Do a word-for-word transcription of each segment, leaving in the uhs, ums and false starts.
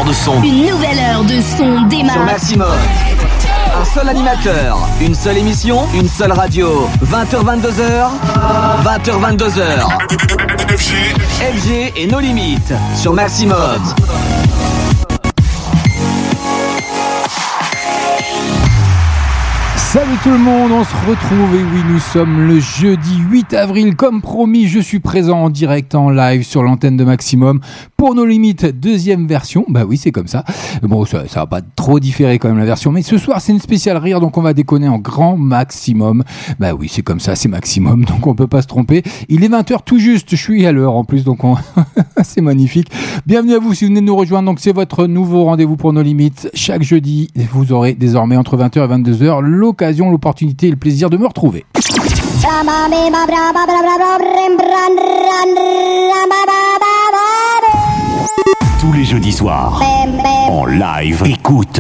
de son. Une nouvelle heure de son démarre. Sur Maximum. Un seul animateur, une seule émission, une seule radio. vingt heures vingt-deux heures. vingt heures vingt-deux heures. F G et nos limites. Sur Maximum. Salut tout le monde, on se retrouve et oui nous sommes le jeudi huit avril comme promis, je suis présent en direct en live sur l'antenne de Maximum pour nos limites deuxième version, bah oui c'est comme ça, bon ça, ça va pas trop différer quand même la version, mais ce soir c'est une spéciale rire donc on va déconner en grand maximum, bah oui c'est comme ça c'est Maximum donc on peut pas se tromper, il est vingt heures tout juste, je suis à l'heure en plus donc on... c'est magnifique, bienvenue à vous si vous venez de nous rejoindre, donc c'est votre nouveau rendez-vous pour nos limites, chaque jeudi vous aurez désormais entre vingt heures et vingt-deux heures l'occasion l'opportunité et le plaisir de me retrouver. Tous les jeudis soirs, en live, écoute.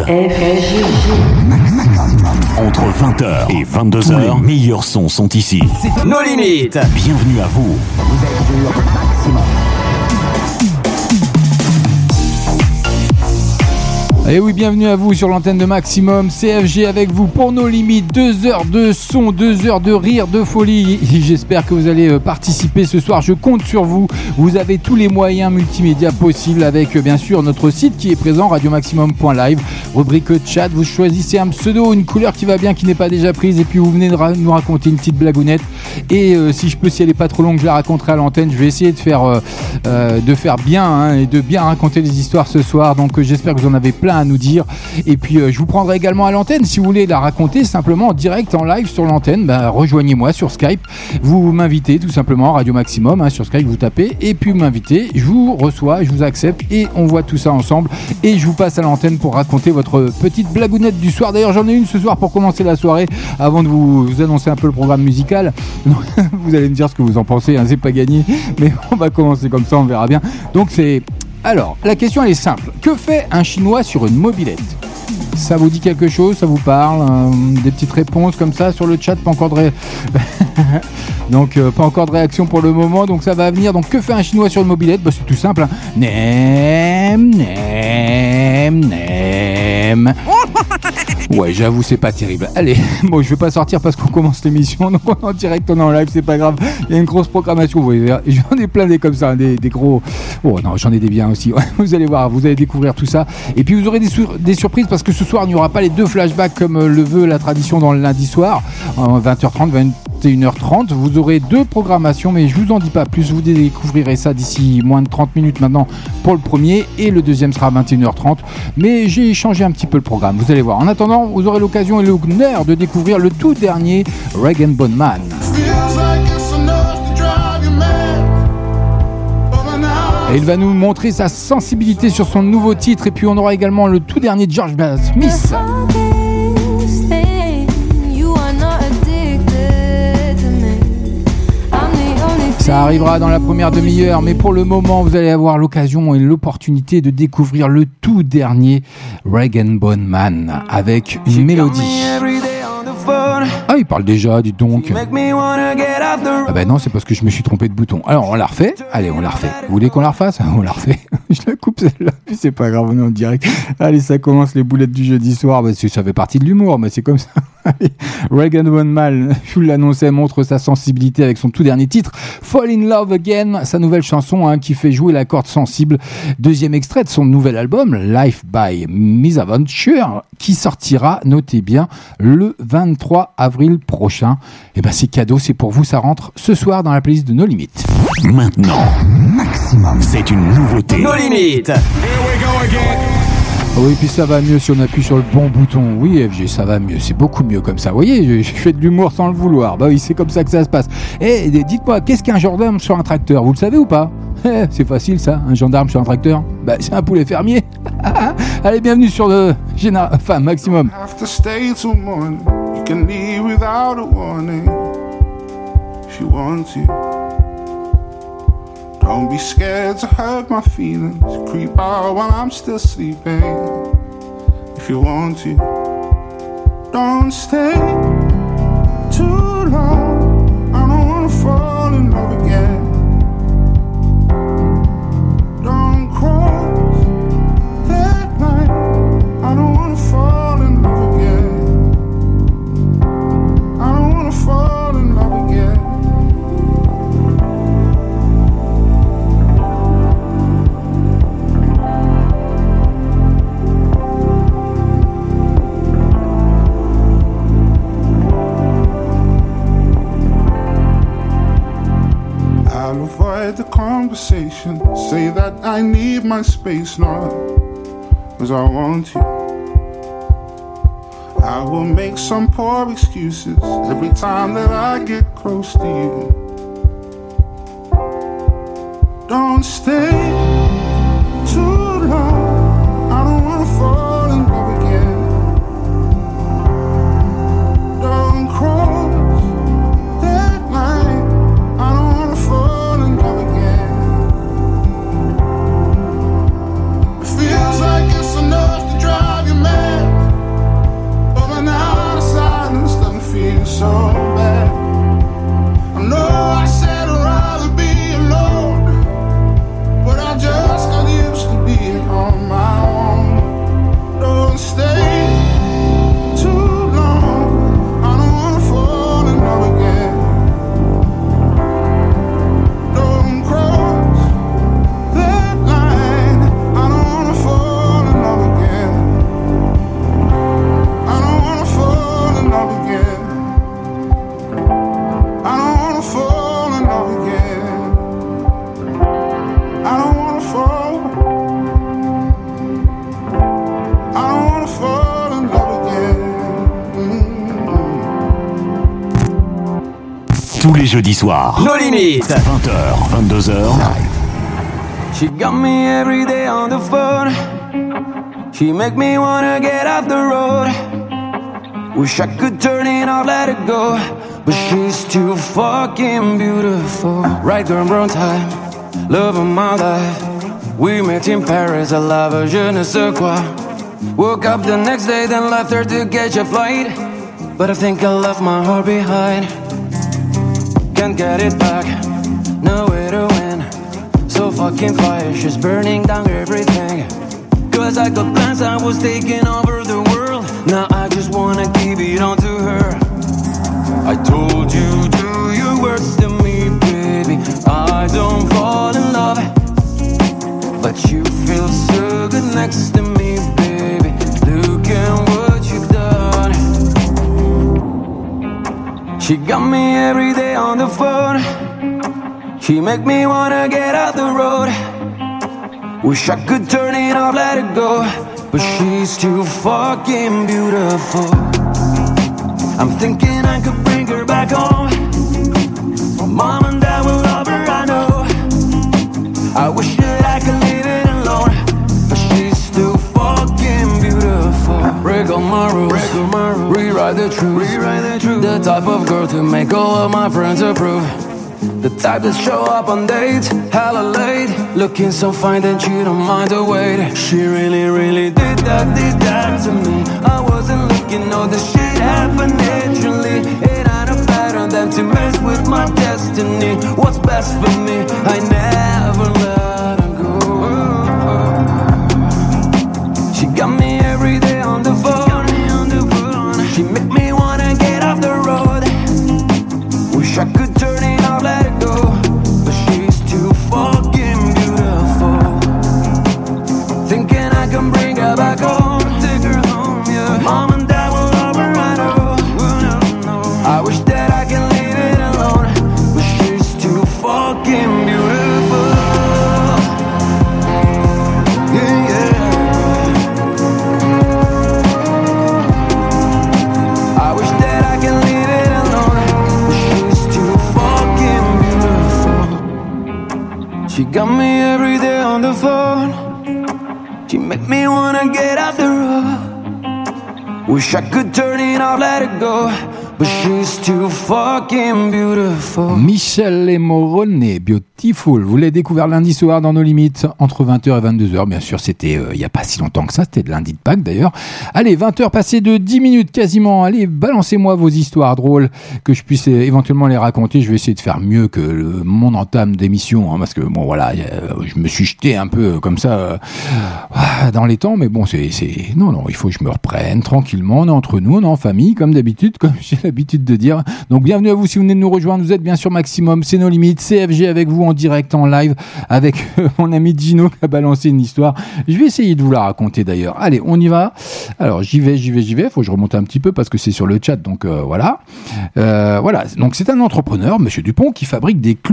Entre vingt heures et vingt-deux heures, tous les meilleurs sons sont ici. C'est nos limites. Bienvenue à vous. Vous êtes sur Maximum. Et oui, bienvenue à vous sur l'antenne de Maximum, C F G avec vous pour nos limites, deux heures de son, deux heures de rire, de folie. Et j'espère que vous allez participer ce soir, je compte sur vous. Vous avez tous les moyens multimédia possibles avec bien sûr notre site qui est présent, radio maximum point live, rubrique chat, vous choisissez un pseudo, une couleur qui va bien, qui n'est pas déjà prise et puis vous venez de ra- nous raconter une petite blagounette. Et euh, si je peux, si elle n'est pas trop longue, je la raconterai à l'antenne. Je vais essayer de faire, euh, euh, de faire bien hein, et de bien raconter les histoires ce soir. Donc euh, j'espère que vous en avez plein à nous dire et puis euh, je vous prendrai également à l'antenne si vous voulez la raconter simplement en direct en live sur l'antenne, bah, rejoignez-moi sur Skype, vous m'invitez tout simplement Radio Maximum hein, sur Skype vous tapez et puis vous m'invitez, je vous reçois, je vous accepte et on voit tout ça ensemble et je vous passe à l'antenne pour raconter votre petite blagounette du soir. D'ailleurs j'en ai une ce soir pour commencer la soirée avant de vous, vous annoncer un peu le programme musical. Vous allez me dire ce que vous en pensez hein, c'est pas gagné mais on va commencer comme ça, on verra bien. Donc c'est Alors, la question elle est simple. Que fait un Chinois sur une mobilette ? Ça vous dit quelque chose ? Ça vous parle ? euh, Des petites réponses comme ça sur le chat, pas encore de ré... Donc euh, pas encore de réaction pour le moment, donc ça va venir. Donc que fait un Chinois sur une mobilette ? Bah, c'est tout simple. Hein. Nem, nem, nem. Ouais, j'avoue, c'est pas terrible. Allez, bon, je vais pas sortir parce qu'on commence l'émission, donc on est en direct, on est en live, c'est pas grave. Il y a une grosse programmation, vous voyez. J'en ai plein des comme ça, des, des gros. Oh non, j'en ai des biens aussi. Ouais, vous allez voir, vous allez découvrir tout ça. Et puis vous aurez des, sur... des surprises parce que ce soir, il n'y aura pas les deux flashbacks comme le veut la tradition dans le lundi soir, vingt heures trente, vingt et une heures trente. Vous aurez deux programmations, mais je vous en dis pas plus. Vous découvrirez ça d'ici moins de trente minutes maintenant pour le premier et le deuxième sera à vingt et une heures trente. Mais j'ai changé un petit peu le programme, vous allez voir. En attendant, vous aurez l'occasion et l'honneur de découvrir le tout dernier Rag and Bone Man. Et il va nous montrer sa sensibilité sur son nouveau titre et puis on aura également le tout dernier George Smith. Ça arrivera dans la première demi-heure, mais pour le moment, vous allez avoir l'occasion et l'opportunité de découvrir le tout dernier Rag and Bone Man avec une mélodie. Ah, il parle déjà, dis donc. Ah ben non, c'est parce que je me suis trompé de bouton. Alors, on la refait. Allez, on la refait. Vous voulez qu'on la refasse ? On la refait. Je la coupe celle-là, puis c'est pas grave, on est en direct. Allez, ça commence les boulettes du jeudi soir. Bah, ça fait partie de l'humour, mais c'est comme ça. Allez, Rag and Bone Man, je vous l'annonçais, montre sa sensibilité avec son tout dernier titre, Fall in Love Again, sa nouvelle chanson hein, qui fait jouer la corde sensible. Deuxième extrait de son nouvel album, Life by Misadventure, qui sortira, notez bien, le vingt-trois avril prochain. Et ben c'est cadeau, c'est pour vous, ça rentre ce soir dans la playlist de No Limites. Maintenant, Maximum, c'est une nouveauté. No Limites. Here we go again. Oui, puis ça va mieux si on appuie sur le bon bouton. Oui, F G, ça va mieux. C'est beaucoup mieux comme ça. Vous voyez, je, je fais de l'humour sans le vouloir. Bah oui, c'est comme ça que ça se passe. Et dites-moi, qu'est-ce qu'un gendarme sur un tracteur ? Vous le savez ou pas ? C'est facile ça, un gendarme sur un tracteur. Bah c'est un poulet fermier. Allez, bienvenue sur le Général... Enfin, Maximum. Don't be scared to hurt my feelings. Creep out while I'm still sleeping. If you want to, don't stay too long. I don't wanna fall in love again. Don't cross that conversation. Say that I need my space, not cause I want you. I will make some poor excuses every time that I get close to you. Don't stay too long, I don't wanna fall in love again. Don't cross that line, I don't wanna fall in love again. It feels like it's enough to drive you mad, but an hour of silence doesn't feel so bad. I know I said I'd rather be alone, but I just got used to being on my own. Don't stay too long, I don't wanna fall in love again. Don't cross that line, I don't wanna fall in love again. I don't wanna fall in love again. I don't wanna fall in love again. I don't wanna fall. I don't wanna fall in love again. Mm-hmm. Tous les jeudis soirs, Nos limites. vingt heures, vingt-deux heures, She got me every day on the phone. She make me wanna get off the road. Wish I could turn it off, let it go, but she's too fucking beautiful. Right girl, wrong time, love of my life. We met in Paris, I love her, je ne sais quoi. Woke up the next day, then left her to catch a flight, but I think I left my heart behind. Can't get it back, no way to win. So fucking fire, she's burning down everything. Cause I got plans, I was taking over the world. Now I just wanna give it on to her. I told you, do your words to me, baby. I don't fall in love, but you feel so good next to me, baby. Look at what you've done. She got me every day on the phone. She make me wanna get out the road. Wish I could turn it off, let it go, but she's too fucking beautiful. I'm thinking I could bring her back home. Mom and dad will love her, I know. I wish that I could leave it alone, but she's too fucking beautiful. Break all my rules, rewrite the truth. The type of girl to make all of my friends approve. The type that show up on dates, hella late, looking so fine that you don't mind the wait. She really, really did that, did that to me. I wasn't looking, no, this shit happened naturally. It had a pattern than to mess with my destiny. What's best for me, I never let her go. She got me every day on the phone. She make me wanna get off the road. Wish I could turn it off, let it go, but she's too fucking beautiful. Thinking I can bring her back home, take her home, yeah. Mom and dad will love her, I know. I wish that I can leave it alone, but she's too fucking beautiful. Yeah, yeah. I wish that I can leave it alone, but she's too fucking beautiful. She got me every day on the phone. She make me wanna get off the road. Wish I could turn it off, let it go, but she's too fucking beautiful. Michel Lemoronne, Beautiful. Vous l'avez découvert lundi soir dans Nos Limites, entre vingt heures et vingt-deux heures. Bien sûr, c'était euh, il n'y a pas si longtemps que ça, c'était de lundi de Pâques d'ailleurs. Allez, vingt heures passées de dix minutes quasiment. Allez, balancez-moi vos histoires drôles, que je puisse euh, éventuellement les raconter. Je vais essayer de faire mieux que le, mon entame d'émission, hein, parce que bon voilà, euh, je me suis jeté un peu euh, comme ça euh, dans les temps, mais bon, c'est, c'est... Non, non, il faut que je me reprenne tranquillement. On est entre nous, on est en famille, comme d'habitude, comme j'ai l'habitude de dire. Donc bienvenue à vous si vous venez de nous rejoindre. Vous êtes bien sur Maximum, c'est Nos Limites, C F G avec vous en direct, en live, avec euh, mon ami Gino qui a balancé une histoire. Je vais essayer de vous la raconter d'ailleurs. Allez, on y va. Alors j'y vais, j'y vais, j'y vais. Faut que je remonte un petit peu parce que c'est sur le chat. Donc euh, voilà. Euh, voilà. Donc c'est un entrepreneur, Monsieur Dupont, qui fabrique des clous.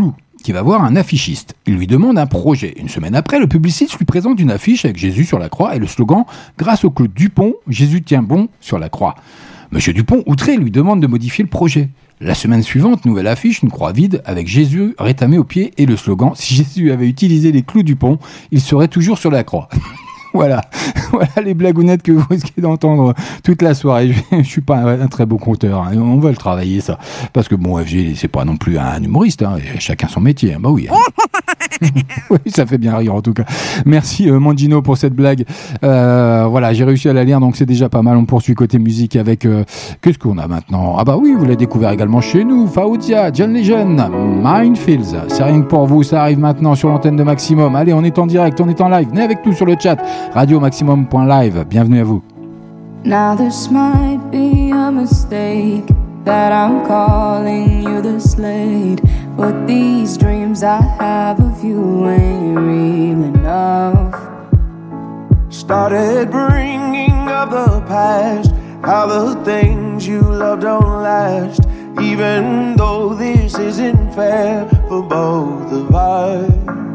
qui va voir un affichiste. Il lui demande un projet. Une semaine après, le publiciste lui présente une affiche avec Jésus sur la croix et le slogan « Grâce au Claude Dupont, Jésus tient bon sur la croix ». Monsieur Dupont, outré, lui demande de modifier le projet. La semaine suivante, nouvelle affiche, une croix vide avec Jésus rétamé au pied et le slogan « Si Jésus avait utilisé les clous du pont, il serait toujours sur la croix ». Voilà, voilà les blagounettes que vous risquez d'entendre toute la soirée. Je, je suis pas un, un très beau conteur, hein. On va le travailler ça, parce que bon, F G c'est pas non plus un humoriste, hein. Chacun son métier, hein. Bah oui. Hein. Oui, ça fait bien rire en tout cas. Merci euh, Mangino pour cette blague. Euh, voilà, j'ai réussi à la lire, donc c'est déjà pas mal. On poursuit côté musique avec euh, qu'est-ce qu'on a maintenant? Ah bah oui, vous l'avez découvert également chez nous. Fautia, John Legend, Mindfields. C'est rien que pour vous, ça arrive maintenant sur l'antenne de Maximum. Allez, on est en direct, on est en live. Venez avec nous sur le chat. radio maximum point live, bienvenue à vous. Now this might be a mistake that I'm calling you the Slade, but these dreams I have of you ain't real enough. Started bringing up the past, how the things you love don't last, even though this isn't fair for both of us.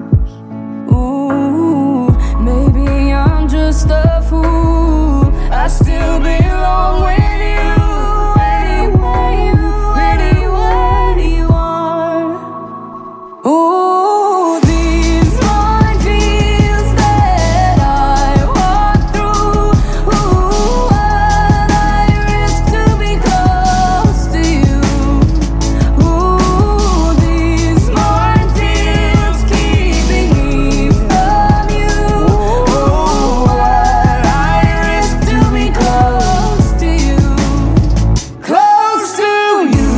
Ooh, maybe I'm just a fool, I still belong with you. Anywhere you, anywhere you are. Ooh, these minefields that I walk through. Ooh, what I risk to be close to you. Ooh, these minefields keeping me from you. Ooh, what I risk to be close to you. Close to you.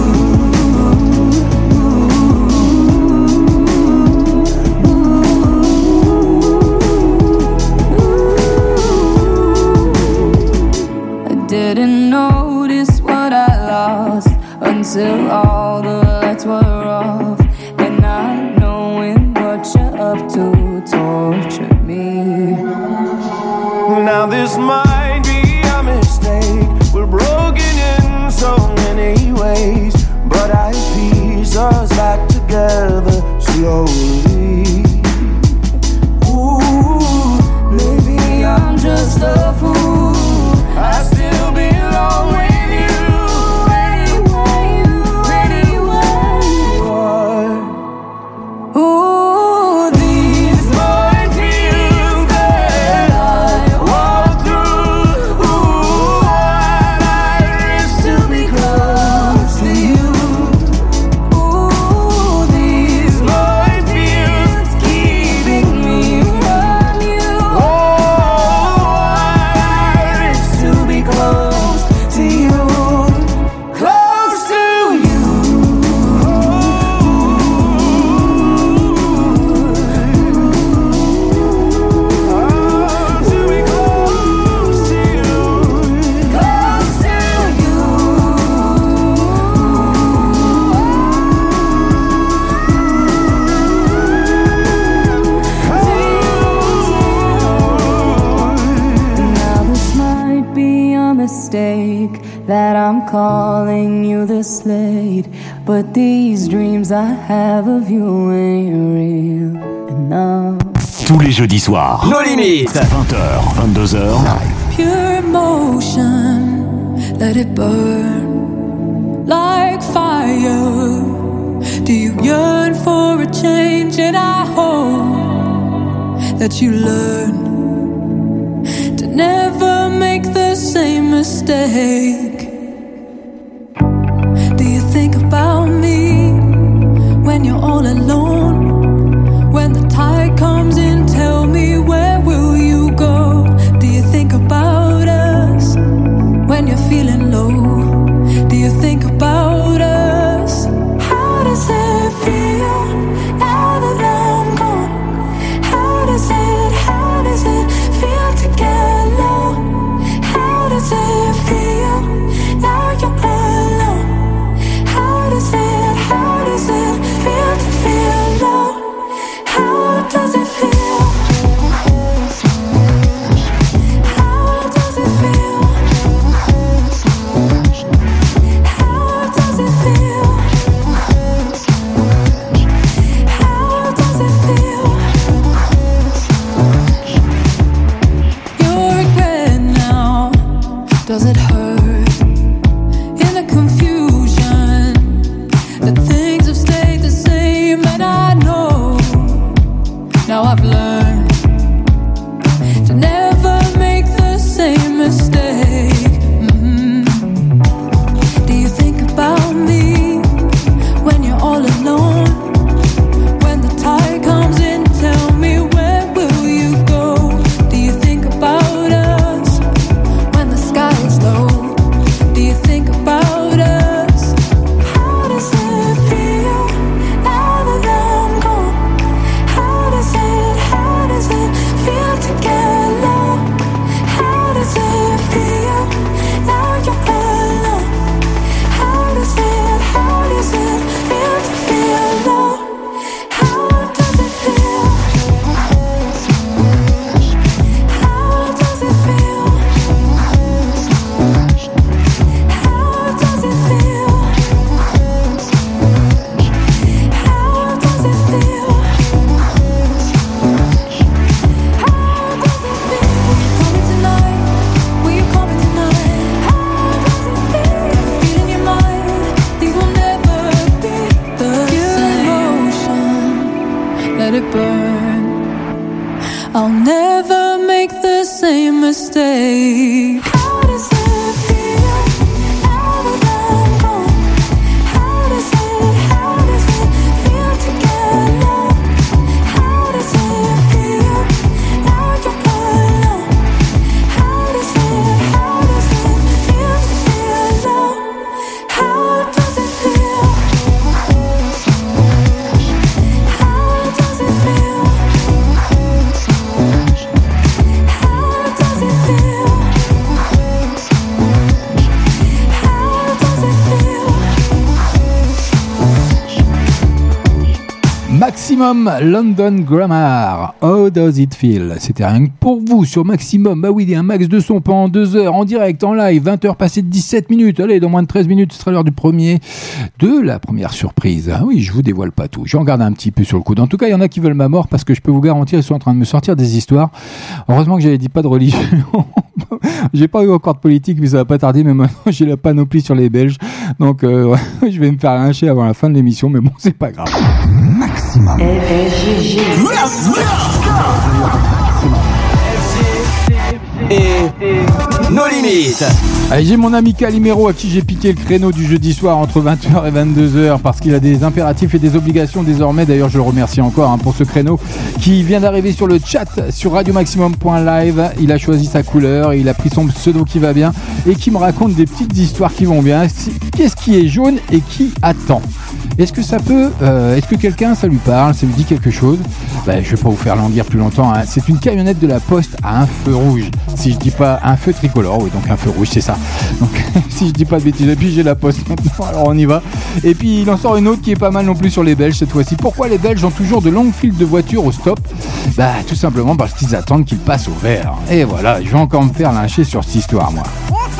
I didn't notice what I lost until all the lights were off, and not knowing what you're up to tortured me. Now this might be a mistake, we're broken in so many ways, but I piece us back together slowly. Ooh, maybe I'm just a fool, I still belong with you. Anywhere you, anywhere you are. Ooh, these minefields that I walk through. Ooh, what I risk to be close to you. Ooh, these minefields keeping me from you. Oh, what I risk to be close to you. Close to you. To be close to you. Close to you. Now this might be a mistake that I'm calling you the Slade, but these dreams I have of you ain't real enough. Tous les jeudis soirs, Nos limites. vingt heures, vingt-deux heures, Pure emotion, let it burn like fire. Do you yearn for a change? And I hope that you learn to never make the same mistake. Do you think about me when you're all alone? When the tide comes in, tell me, where will you go? Do you think about us when you're feeling low? Do you think about us? How does it feel now that I'm gone? How does it, how does it feel to get low? How does it feel now you're alone? How does it, how does it feel to never make the same mistake. How does it feel now that I'm gone? How does it, how does it feel to get low? How does it feel now you're alone? How does it, how does it feel to feel low? How does it feel? How does it feel? Maximum London Grammar. How does it feel? C'était rien que pour vous sur Maximum. Bah oui, il y a un max de son pendant deux heures en direct, en live, vingt heures passées de dix-sept minutes. Allez, dans moins de treize minutes, ce sera l'heure du premier, de la première surprise. Ah oui, je vous dévoile pas tout. J'en garde un petit peu sur le coude. En tout cas, il y en a qui veulent ma mort parce que je peux vous garantir, ils sont en train de me sortir des histoires. Heureusement que j'avais dit pas de religion. J'ai pas eu encore de politique, mais ça va pas tarder. Mais maintenant, j'ai la panoplie sur les Belges. Donc, euh, je vais me faire lyncher avant la fin de l'émission. Mais bon, c'est pas grave. Maximum. F G. Et nos limites. Allez, j'ai mon ami Calimero à qui j'ai piqué le créneau du jeudi soir entre vingt heures et vingt-deux heures parce qu'il a des impératifs et des obligations désormais. D'ailleurs, je le remercie encore hein, pour ce créneau qui vient d'arriver sur le chat sur radio maximum point live. Il a choisi sa couleur, il a pris son pseudo qui va bien et qui me raconte des petites histoires qui vont bien. Qu'est-ce qui est jaune et qui attend? Est-ce que ça peut, euh, est-ce que quelqu'un, ça lui parle, ça lui dit quelque chose? Ben, je vais pas vous faire languir plus longtemps. Hein. C'est une camionnette de la Poste à un feu rouge. Si je dis pas un feu tricolore, oui, donc un feu rouge, c'est ça. Donc, si je dis pas de bêtises, et puis j'ai la Poste maintenant, alors on y va. Et puis il en sort une autre qui est pas mal non plus sur les Belges cette fois-ci. Pourquoi les Belges ont toujours de longues files de voitures au stop? Bah, tout simplement parce qu'ils attendent qu'ils passent au vert. Et voilà, je vais encore me faire lyncher sur cette histoire, moi.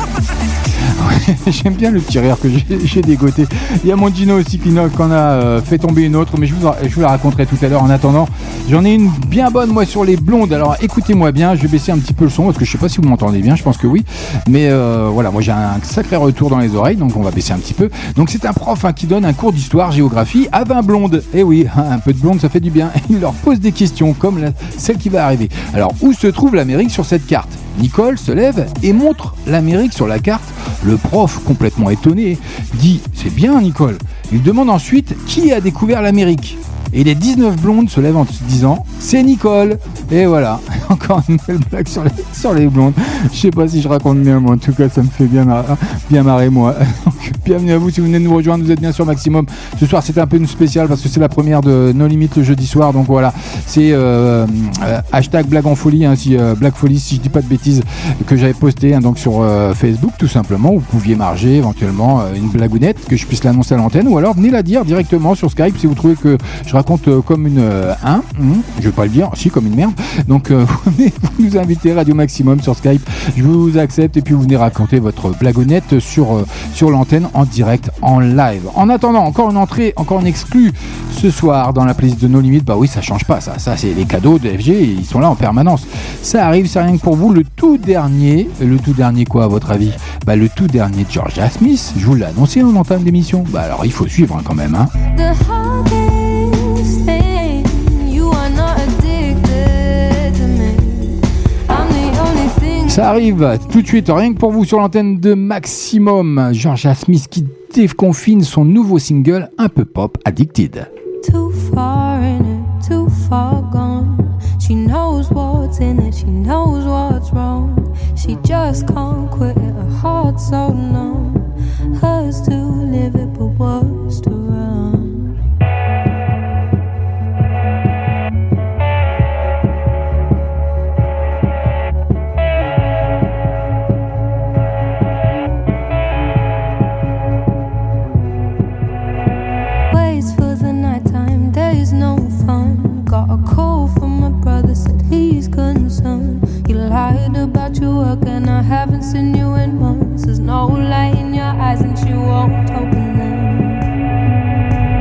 J'aime bien le petit rire que j'ai, j'ai dégoté. Il y a mon Gino aussi qui en a euh, fait tomber une autre, mais je vous, je vous la raconterai tout à l'heure. En attendant, j'en ai une bien bonne moi sur les blondes. Alors écoutez-moi bien, je vais baisser un petit peu le son parce que je sais pas si vous m'entendez bien, je pense que oui. Mais euh, voilà, moi j'ai un sacré retour dans les oreilles, donc on va baisser un petit peu. Donc c'est un prof hein, qui donne un cours d'histoire, géographie à vingt blondes. Et oui, un peu de blondes ça fait du bien. Il leur pose des questions comme la, celle qui va arriver. Alors où se trouve l'Amérique sur cette carte? Nicole se lève et montre l'Amérique sur la carte. Le prof, complètement étonné, dit « C'est bien, Nicole ». Il demande ensuite qui a découvert l'Amérique. Et les dix-neuf blondes se lèvent en se disant « C'est Nicole ». Et voilà, encore une belle blague sur les, sur les blondes. Je sais pas si je raconte bien, mais en tout cas, ça me fait bien, mar- bien marrer, moi. Donc, bienvenue à vous, si vous venez de nous rejoindre, vous êtes bien sur Maximum. Ce soir, c'était un peu une spéciale parce que c'est la première de No Limit le jeudi soir. Donc voilà, c'est euh, euh, hashtag blague en folie, hein, si, euh, blague folie, si je dis pas de bêtises, que j'avais posté hein, donc sur euh, Facebook, tout simplement. Vous pouviez marger éventuellement euh, une blagounette, que je puisse l'annoncer à l'antenne, ou alors venez la dire directement sur Skype si vous trouvez que je raconte euh, comme une euh, un, hum, je vais pas le dire, si comme une merde. Donc euh, vous venez vous nous invitez Radio Maximum sur Skype, je vous accepte et puis vous venez raconter votre blagounette sur euh, sur l'antenne en direct, en live. En attendant, encore une entrée, encore une exclue ce soir dans la playlist de No Limit. Bah oui, ça change pas, ça, ça c'est les cadeaux de F G, ils sont là en permanence. Ça arrive, c'est rien que pour vous. Le tout dernier, le tout dernier quoi à votre avis? Bah le tout dernier de Georgia Smith. Je vous l'ai annoncé en entame d'émission. Bah alors il faut suivre hein, quand même. Hein. Ça arrive tout de suite, rien que pour vous sur l'antenne de Maximum. Georgia Smith qui déconfine son nouveau single un peu pop, Addicted. Too far in it, too far gone. She knows what's in it, she knows what's wrong. She just can't quit it, her heart's so numb. Hers to live it, but worse to run. No fun. Got a call from my brother, said he's concerned. You lied about your work and I haven't seen you in months. There's no light in your eyes and she won't open them.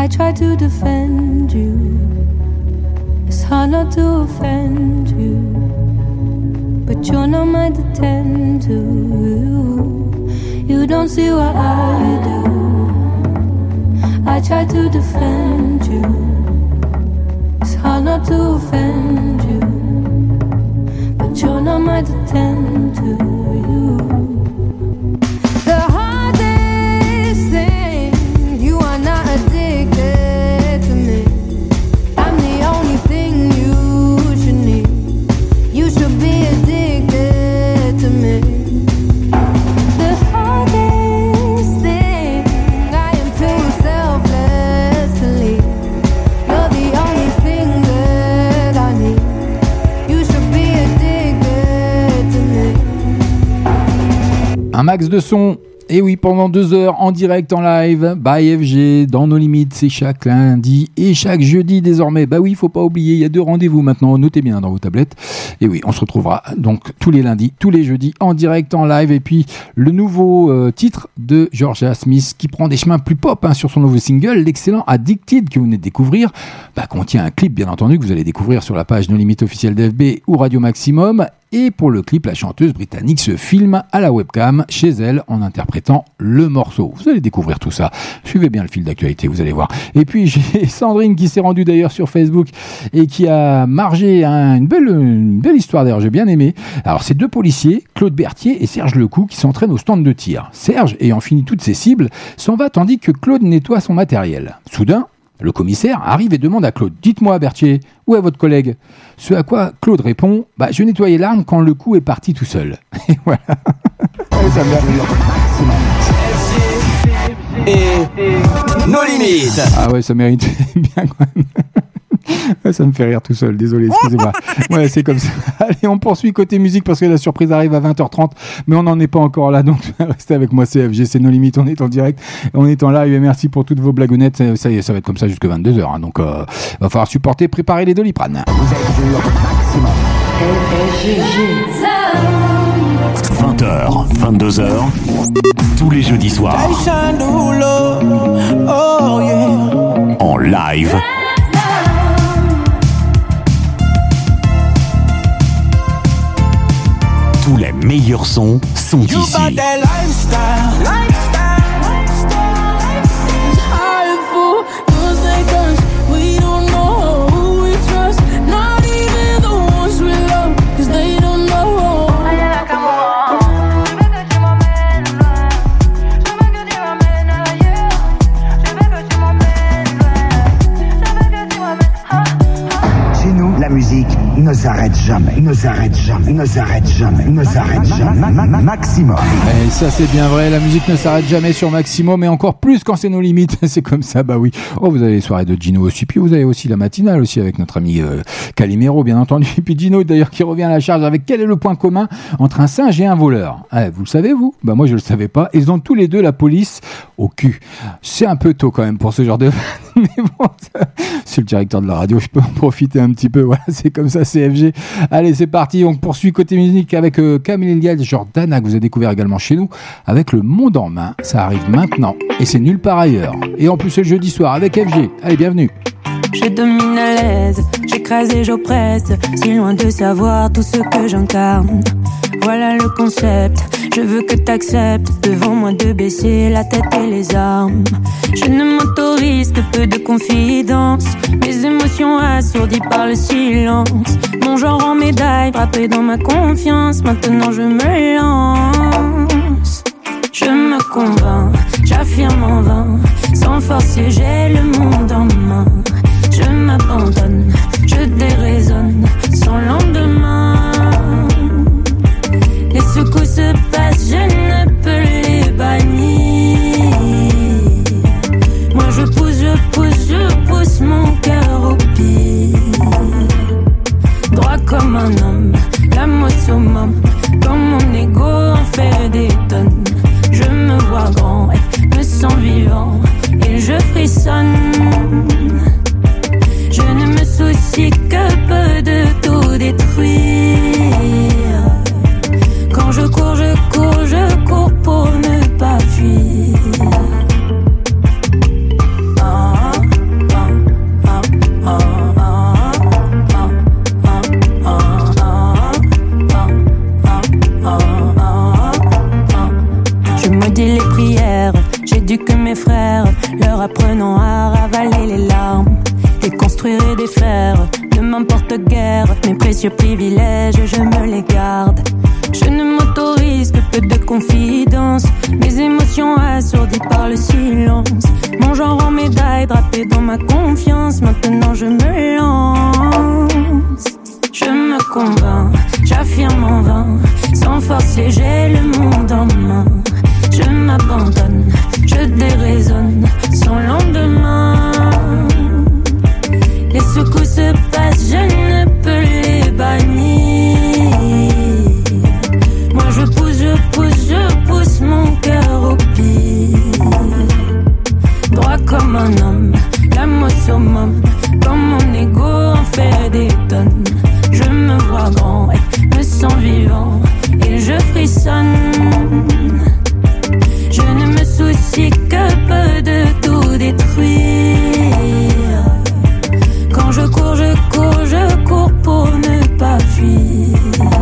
I try to defend you. It's hard not to offend you, but you're not mine to tend to. You don't see what I do. I try to defend you. It's hard not to offend you, but you're not mine to tend to. The hardest thing, you are not addicted to me. I'm the only thing you should need. You should be addicted to me. The hardest thing, I am too selfless to leave. You're the only thing that I need. You should be addicted to me. Un max de son. Et oui, pendant deux heures en direct, en live, by F G, dans nos limites, c'est chaque lundi et chaque jeudi désormais. Bah oui, il faut pas oublier, il y a deux rendez-vous maintenant, notez bien dans vos tablettes. Et oui, on se retrouvera donc tous les lundis, tous les jeudis en direct, en live. Et puis, le nouveau euh, titre de Georgia Smith qui prend des chemins plus pop hein, sur son nouveau single, l'excellent Addicted que vous venez de découvrir, bah, contient un clip bien entendu que vous allez découvrir sur la page No Limit officielle d'F B ou Radio Maximum. Et pour le clip, la chanteuse britannique se filme à la webcam chez elle en interprétant le morceau. Vous allez découvrir tout ça. Suivez bien le fil d'actualité, vous allez voir. Et puis j'ai Sandrine qui s'est rendue d'ailleurs sur Facebook et qui a margé hein, une, belle, une belle histoire d'ailleurs, j'ai bien aimé. Alors c'est deux policiers, Claude Berthier et Serge Lecou, qui s'entraînent au stand de tir. Serge, ayant fini toutes ses cibles, s'en va tandis que Claude nettoie son matériel. Soudain, le commissaire arrive et demande à Claude « Dites-moi, Berthier, où est votre collègue ?» Ce à quoi Claude répond bah, « Je nettoyais l'arme quand le coup est parti tout seul. » Et voilà. Ça me Et nos limites. Ah ouais, ça mérite bien quand même. Ça me fait rire tout seul, désolé, excusez-moi. Ouais, c'est comme ça. Allez, on poursuit côté musique parce que la surprise arrive à vingt heures trente, mais on n'en est pas encore là, donc restez avec moi, C F G, c'est nos limites, on est en direct, on est en live et merci pour toutes vos blagounettes, ça y est, ça va être comme ça jusqu'à vingt-deux heures, hein, donc euh, va falloir supporter, préparer les Doliprane. vingt heures, vingt-deux heures, tous les jeudis soirs, en live. Tous les meilleurs sons sont ici. La musique ne s'arrête jamais, ne s'arrête jamais, ne s'arrête jamais, ne s'arrête jamais. Ma- ma- ma- maximum. Et ça c'est bien vrai, la musique ne s'arrête jamais sur Maximum et encore plus quand c'est nos limites, c'est comme ça, bah oui. Oh, vous avez les soirées de Gino aussi, puis vous avez aussi la matinale aussi avec notre ami euh, Calimero bien entendu, et puis Gino d'ailleurs qui revient à la charge avec quel est le point commun entre un singe et un voleur. Eh, vous le savez vous ? Bah moi je le savais pas, ils ont tous les deux la police au cul. C'est un peu tôt quand même pour ce genre de... Mais bon, ça, c'est le directeur de la radio, je peux en profiter un petit peu, voilà, c'est comme ça, C F G. Allez, c'est parti, on poursuit côté musique avec euh, Camélia Jordana, que vous avez découvert également chez nous, avec Le Monde en main, ça arrive maintenant, et c'est nulle part ailleurs. Et en plus, c'est le jeudi soir avec F G, allez, bienvenue. Je domine à l'aise, j'écrase et j'oppresse, si loin de savoir tout ce que j'incarne. Voilà le concept, je veux que t'acceptes devant moi de baisser la tête et les armes. Je ne m'autorise que peu de confidence, mes émotions assourdies par le silence. Mon genre en médaille, frappé dans ma confiance, maintenant je me lance. Je me convainc, j'affirme en vain, sans forcer j'ai le monde en main. Je m'abandonne, je déraisonne, sans lendemain. Les secousses se passent, je ne peux les bannir. Moi je pousse, je pousse, je pousse mon cœur au pire. Droit comme un homme, l'âme au summum, comme mon ego en fait des tonnes. Je me vois grand et me sens vivant, et je frissonne. Je ne me soucie que peu de tout détruire. Quand je cours, je cours, je cours pour ne pas fuir. Ah, précieux privilèges, je me les garde. Je ne m'autorise que peu de confidences. Mes émotions assourdies par le silence. Mon genre en médaille drapé dans ma confiance. Maintenant je me lance. Je me convainc, j'affirme en vain. Sans forcer, j'ai le monde en main. Je m'abandonne, je déraisonne sans lendemain. Les secousses passent, je ne peux les bannir. Moi je pousse, je pousse, je pousse mon cœur au pire. Droit comme un homme, l'âme au summum. Comme mon ego en fait des tonnes. Je me vois grand et me sens vivant. Et je frissonne. Je ne me soucie que peu de tout détruire. Quand je cours, je cours, je cours pour ne pas fuir.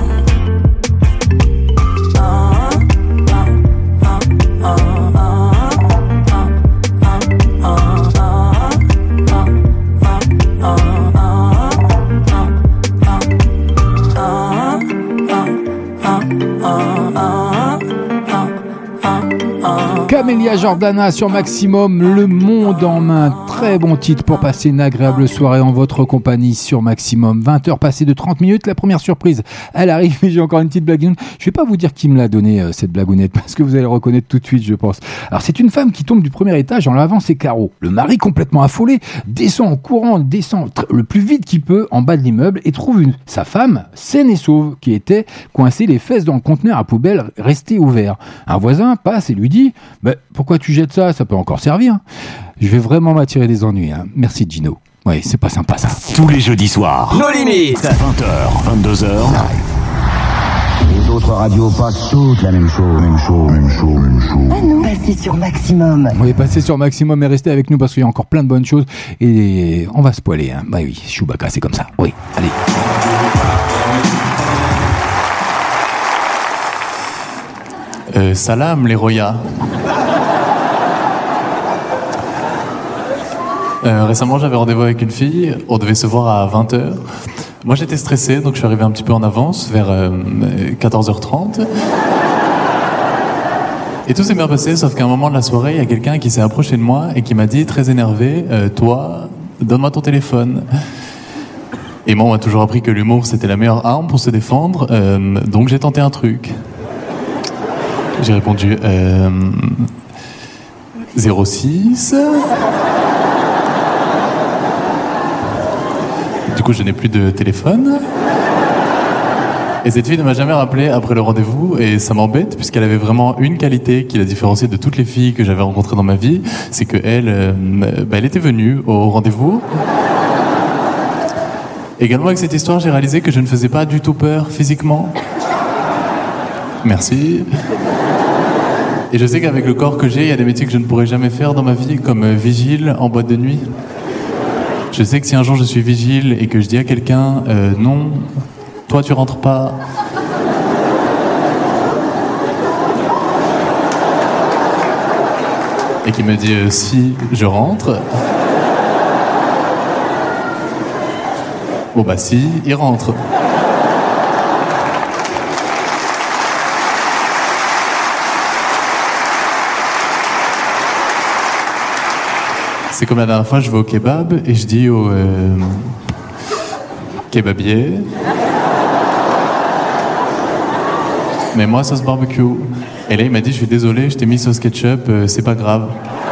Camélia Jordana sur Maximum, Le Monde en main. Très bon titre pour passer une agréable soirée en votre compagnie sur Maximum. vingt heures passées de trente minutes. La première surprise, elle arrive. J'ai encore une petite blagounette. Je vais pas vous dire qui me l'a donnée, euh, cette blagounette, parce que vous allez le reconnaître tout de suite, je pense. Alors, c'est une femme qui tombe du premier étage en lavant ses carreaux. Le mari, complètement affolé, descend en courant, descend le plus vite qu'il peut en bas de l'immeuble et trouve une, sa femme, saine et sauve, qui était coincée les fesses dans le conteneur à poubelle resté ouvert. Un voisin passe et lui dit bah, « Pourquoi tu jettes ça ? Ça peut encore servir. » Je vais vraiment m'attirer des ennuis. Hein. Merci Gino. Oui, c'est pas sympa ça. Tous les jeudis soirs. Nos limites. vingt heures, vingt-deux heures. Les autres radios passent toutes la même chose, même chose, même chose, même chose. Ah non, passez sur Maximum. Oui, passez sur Maximum et restez avec nous parce qu'il y a encore plein de bonnes choses et on va se poiler. Hein. Bah oui, Chewbacca, c'est comme ça. Oui, allez. Euh, salam les Roya. Euh, récemment, j'avais rendez-vous avec une fille. On devait se voir à vingt heures. Moi, j'étais stressé, donc je suis arrivé un petit peu en avance, vers euh, quatorze heures trente. Et tout s'est bien passé, sauf qu'à un moment de la soirée, il y a quelqu'un qui s'est approché de moi et qui m'a dit, très énervé, euh, « Toi, donne-moi ton téléphone. » Et moi, on m'a toujours appris que l'humour, c'était la meilleure arme pour se défendre, euh, donc j'ai tenté un truc. J'ai répondu euh, zéro six. Du coup, je n'ai plus de téléphone. Et cette fille ne m'a jamais rappelé après le rendez-vous et ça m'embête puisqu'elle avait vraiment une qualité qui la différenciait de toutes les filles que j'avais rencontrées dans ma vie, c'est qu'elle euh, bah, elle était venue au rendez-vous. Également avec cette histoire, j'ai réalisé que je ne faisais pas du tout peur physiquement. Merci. Et je sais qu'avec le corps que j'ai, il y a des métiers que je ne pourrais jamais faire dans ma vie, comme vigile en boîte de nuit. Je sais que si un jour je suis vigile et que je dis à quelqu'un euh, « Non, toi tu rentres pas », et qu'il me dit euh, « Si, je rentre », bon bah si, il rentre. C'est comme la dernière fois, je vais au kebab et je dis au euh, kebabier « Mais moi, sauce barbecue ». Et là, il m'a dit « Je suis désolé, je t'ai mis sauce ketchup, euh, c'est pas grave ».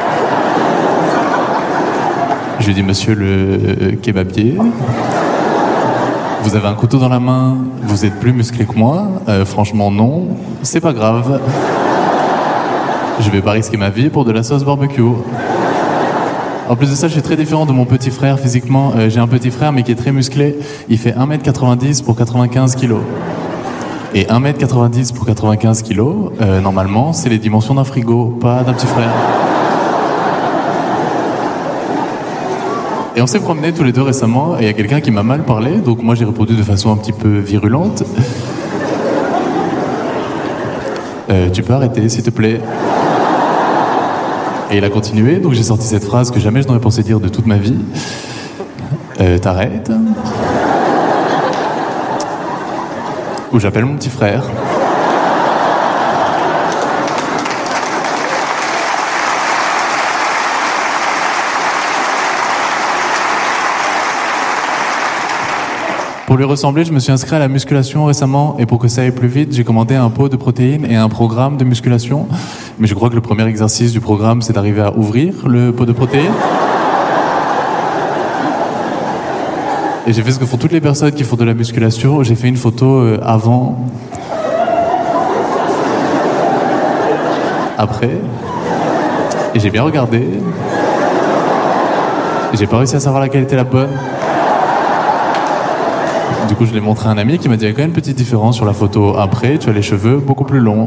Je lui ai dit « Monsieur le euh, kebabier, vous avez un couteau dans la main, vous êtes plus musclé que moi, euh, franchement non, c'est pas grave. Je vais pas risquer ma vie pour de la sauce barbecue ». En plus de ça, je suis très différent de mon petit frère physiquement. Euh, j'ai un petit frère, mais qui est très musclé. Il fait un mètre quatre-vingt-dix pour quatre-vingt-quinze kilos. Et un mètre quatre-vingt-dix pour quatre-vingt-quinze kilos, euh, normalement, c'est les dimensions d'un frigo, pas d'un petit frère. Et on s'est promenés tous les deux récemment, et il y a quelqu'un qui m'a mal parlé, donc moi j'ai répondu de façon un petit peu virulente. Euh, tu peux arrêter, s'il te plaît. Et il a continué, donc j'ai sorti cette phrase que jamais je n'aurais pensé dire de toute ma vie. Euh, t'arrêtes. où j'appelle mon petit frère. Pour lui ressembler, je me suis inscrit à la musculation récemment et pour que ça aille plus vite, j'ai commandé un pot de protéines et un programme de musculation. Mais je crois que le premier exercice du programme, c'est d'arriver à ouvrir le pot de protéines. Et j'ai fait ce que font toutes les personnes qui font de la musculation. J'ai fait une photo euh, avant, après, et j'ai bien regardé. Et j'ai pas réussi à savoir laquelle était la bonne. Du coup, je l'ai montré à un ami qui m'a dit il y a quand même une petite différence sur la photo après, tu as les cheveux beaucoup plus longs.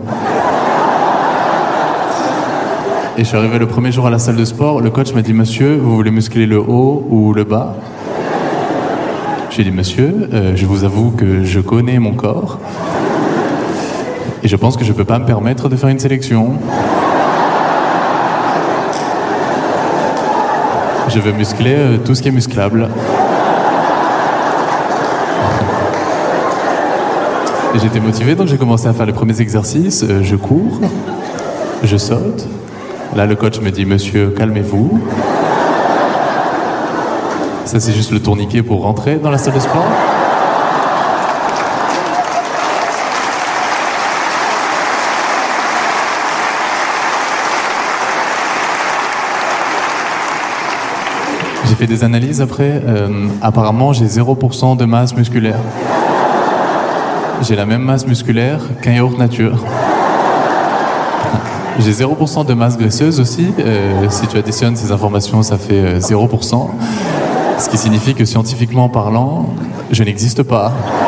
Et je suis arrivé le premier jour à la salle de sport, le coach m'a dit monsieur, vous voulez muscler le haut ou le bas? J'ai dit monsieur, euh, je vous avoue que je connais mon corps et je pense que je peux pas me permettre de faire une sélection. Je veux muscler euh, tout ce qui est musclable. Et j'étais motivé, donc j'ai commencé à faire les premiers exercices. Euh, je cours, je saute. Là, le coach me dit « Monsieur, calmez-vous ». Ça, c'est juste le tourniquet pour rentrer dans la salle de sport. J'ai fait des analyses après. Euh, apparemment, j'ai zéro pour cent de masse musculaire. J'ai la même masse musculaire qu'un yaourt nature. J'ai zéro pour cent de masse graisseuse aussi. Euh, si tu additionnes ces informations, ça fait euh, zéro pour cent. Ce qui signifie que scientifiquement parlant, je n'existe pas.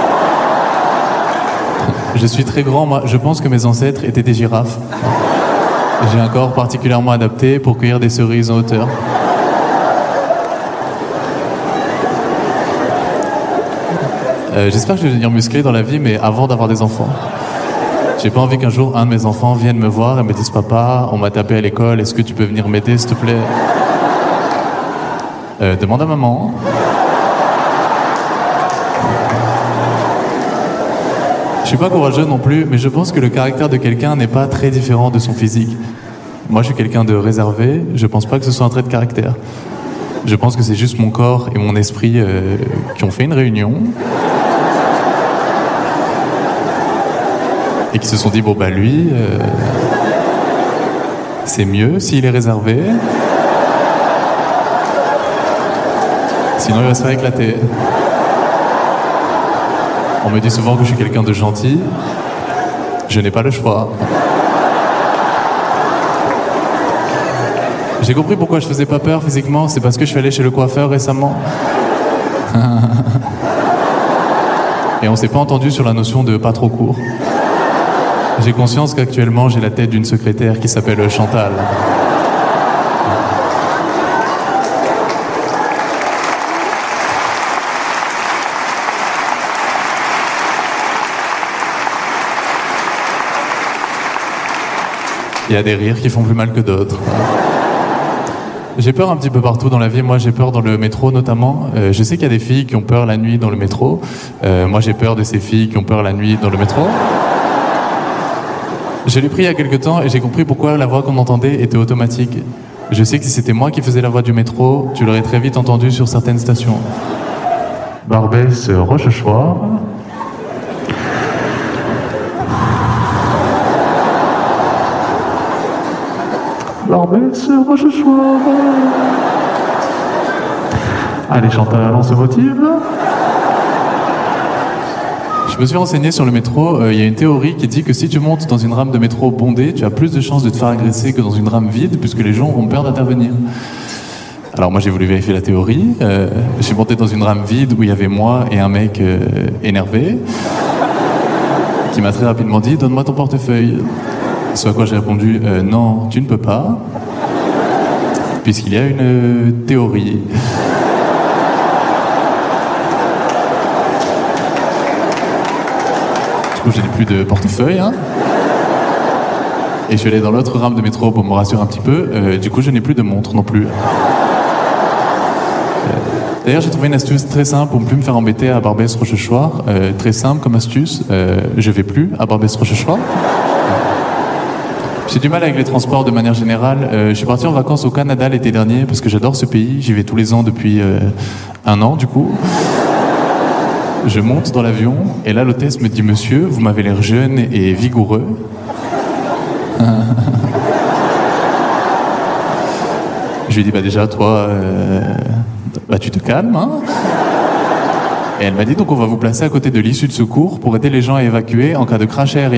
Je suis très grand, moi. Je pense que mes ancêtres étaient des girafes. J'ai un corps particulièrement adapté pour cueillir des cerises en hauteur. Euh, j'espère que je vais devenir musclé dans la vie, mais avant d'avoir des enfants. J'ai pas envie qu'un jour un de mes enfants vienne me voir et me dise « Papa, on m'a tapé à l'école, est-ce que tu peux venir m'aider, s'il te plaît ?» euh, Demande à maman. Je suis pas courageux non plus, mais je pense que le caractère de quelqu'un n'est pas très différent de son physique. Moi, je suis quelqu'un de réservé, je pense pas que ce soit un trait de caractère. Je pense que c'est juste mon corps et mon esprit euh, qui ont fait une réunion. Et qui se sont dit, bon bah lui, euh, c'est mieux s'il est réservé. Sinon il va se faire éclater. On me dit souvent que je suis quelqu'un de gentil. Je n'ai pas le choix. J'ai compris pourquoi je faisais pas peur physiquement, c'est parce que je suis allé chez le coiffeur récemment. Et on s'est pas entendu sur la notion de pas trop court. J'ai conscience qu'actuellement, j'ai la tête d'une secrétaire qui s'appelle Chantal. Il y a des rires qui font plus mal que d'autres. J'ai peur un petit peu partout dans la vie. Moi, j'ai peur dans le métro, notamment. Euh, je sais qu'il y a des filles qui ont peur la nuit dans le métro. Euh, moi, j'ai peur de ces filles qui ont peur la nuit dans le métro. Je l'ai pris il y a quelques temps et j'ai compris pourquoi la voix qu'on entendait était automatique. Je sais que si c'était moi qui faisais la voix du métro, tu l'aurais très vite entendu sur certaines stations. Barbès, Rochechouart. Barbès, Rochechouart. Allez Chantal, on se motive. Je me suis renseigné sur le métro, il euh, y a une théorie qui dit que si tu montes dans une rame de métro bondée, tu as plus de chances de te faire agresser que dans une rame vide, puisque les gens auront peur d'intervenir. Alors moi j'ai voulu vérifier la théorie, euh, je suis monté dans une rame vide où il y avait moi et un mec euh, énervé, qui m'a très rapidement dit « Donne-moi ton portefeuille ». Ce à quoi j'ai répondu euh, « Non, tu ne peux pas », puisqu'il y a une euh, théorie. Je n'ai plus de portefeuille, hein. Et je suis allé dans l'autre rame de métro pour me rassurer un petit peu. Euh, du coup, je n'ai plus de montre non plus. Euh, D'ailleurs, j'ai trouvé une astuce très simple pour ne plus me faire embêter à Barbès-Rochechouart. Euh, très simple comme astuce, euh, je vais plus à Barbès-Rochechouart. J'ai du mal avec les transports de manière générale. Euh, je suis parti en vacances au Canada l'été dernier parce que j'adore ce pays. J'y vais tous les ans depuis euh, un an, du coup. Je monte dans l'avion et là, l'hôtesse me dit « Monsieur, vous m'avez l'air jeune et vigoureux. » Je lui dis « Bah déjà, toi, euh, bah tu te calmes, hein ?» Et elle m'a dit « Donc on va vous placer à côté de l'issue de secours pour aider les gens à évacuer en cas de crash aérien. »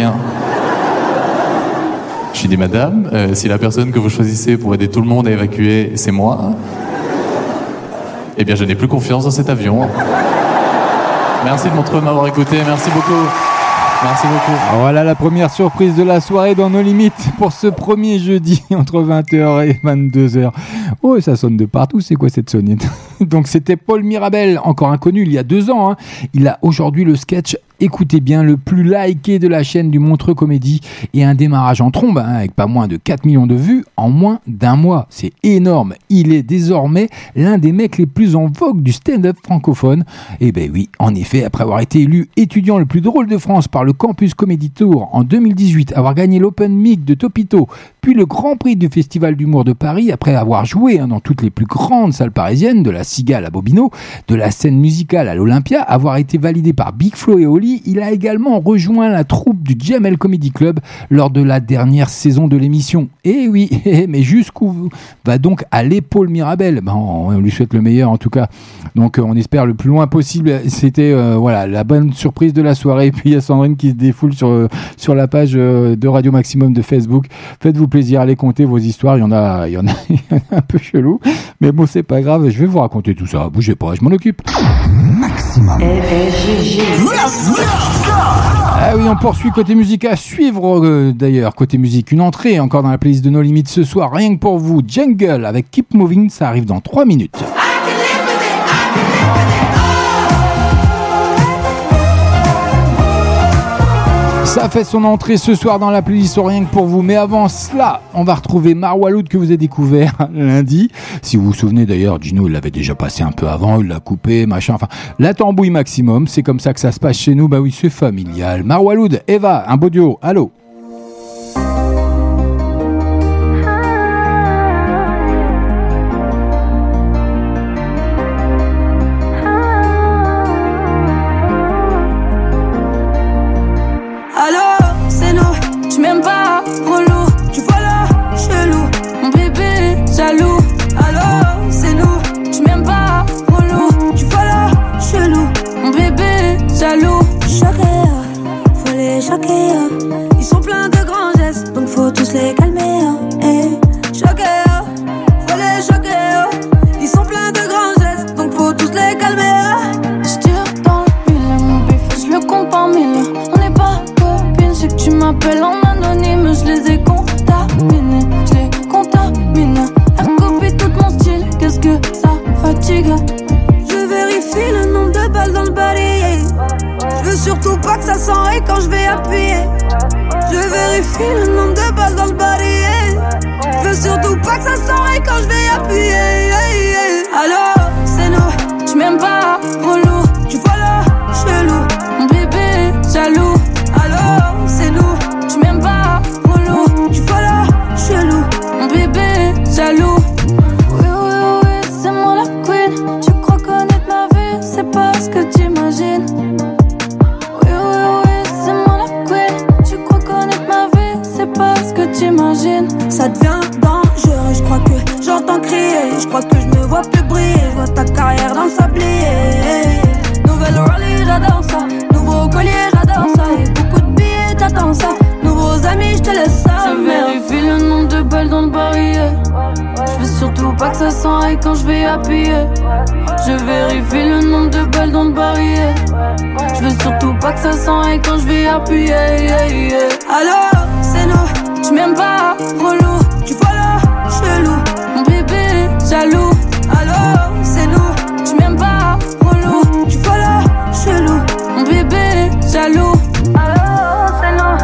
Je lui dis, madame, euh, si la personne que vous choisissez pour aider tout le monde à évacuer, c'est moi, eh bien, je n'ai plus confiance dans cet avion. Merci de m'avoir écouté, merci beaucoup. Merci beaucoup. Voilà la première surprise de la soirée dans nos limites pour ce premier jeudi entre vingt heures et vingt-deux heures. Oh, ça sonne de partout, c'est quoi cette sonnette? Donc c'était Paul Mirabel, encore inconnu il y a deux ans. Hein. Il a aujourd'hui le sketch, écoutez bien, le plus liké de la chaîne du Montreux Comédie et un démarrage en trombe hein, avec pas moins de quatre millions de vues en moins d'un mois. C'est énorme. Il est désormais l'un des mecs les plus en vogue du stand-up francophone. Et ben oui, en effet, après avoir été élu étudiant le plus drôle de France par le Campus Comedy Tour en deux mille dix-huit, avoir gagné l'Open Mic de Topito, puis le Grand Prix du Festival d'humour de Paris, après avoir joué hein, dans toutes les plus grandes salles parisiennes, de la Cigale à Bobino, de la scène musicale à l'Olympia, avoir été validé par Big Flo et Oli, il a également rejoint la troupe du Jamel Comedy Club lors de la dernière saison de l'émission. Et oui, mais jusqu'où va donc aller Paul Mirabel? Ben, on lui souhaite le meilleur en tout cas. Donc on espère le plus loin possible. C'était euh, voilà la bonne surprise de la soirée. Et puis il y a Sandrine qui se défoule sur, euh, sur la page euh, de Radio Maximum de Facebook. Faites-vous plaisir, allez compter vos histoires. Il y en a, il y en a, il y en a un peu chelou. Mais bon, c'est pas grave, je vais vous raconter tout ça. Bougez pas, je m'en occupe. Maximum. Ah oui, on poursuit côté musique à suivre euh, d'ailleurs. Côté musique, une entrée encore dans la playlist de nos limites ce soir. Rien que pour vous, Jungle avec Keep Moving, ça arrive dans trois minutes. Ça fait son entrée ce soir dans la playlist Rien que pour vous. Mais avant cela, on va retrouver Marwa Loud que vous avez découvert lundi. Si vous vous souvenez d'ailleurs, Gino il l'avait déjà passé un peu avant, il l'a coupé, machin. Enfin, la tambouille maximum, c'est comme ça que ça se passe chez nous. Bah oui, c'est familial. Marwa Loud, Eva, un beau duo. Allô. Ils sont pleins de grands gestes, donc faut tous les calmer. Eh, choqués, faut les choquer. Ils sont pleins de grands gestes, donc faut tous les calmer. Je tire dans le mille, mon bif, je le compte par mille. On n'est pas copines, c'est que tu m'appelles en anonyme. Je les ai contaminés, je les contamine. Elle copie tout mon style, qu'est-ce que ça fatigue. Je vérifie le nombre de balles dans le balayé. Je veux surtout pas que ça s'enraye quand je vais appuyer. Je vérifie le nombre de balles dans le balayé. Je veux surtout pas que ça s'enraye quand je vais appuyer. Alors, c'est nous, tu m'aimes pas, relou. Tu vois là, chelou, mon bébé jaloux. Alors, c'est nous, tu m'aimes pas, relou. Tu vois là, chelou, mon bébé jaloux. Oui, oui, oui, c'est moi la queen. Tu crois connaître ma vie, c'est pas ce que t'imagines. Ça devient dangereux, je crois que j'entends crier. Je crois que je me vois plus briller. Je vois ta carrière dans le sablier. Nouvelle Rollie, j'adore ça. Nouveau collier, j'adore ça. Et beaucoup de billets, t'attends ça. Nouveaux amis, je te laisse ça. Je vérifie le nombre de balles dans le barillet. Je veux surtout pas que ça s'enraye quand je vais appuyer. Je vérifie le nombre de balles dans le barillet. Je veux surtout pas que ça s'enraye quand je vais appuyer. Alors, c'est nous, tu m'aimes pas, relou. Tu vois là, chelou, mon bébé jaloux. Alors, c'est nous, tu m'aimes pas, relou. Tu vois là, chelou, mon bébé jaloux. Alors, c'est nous,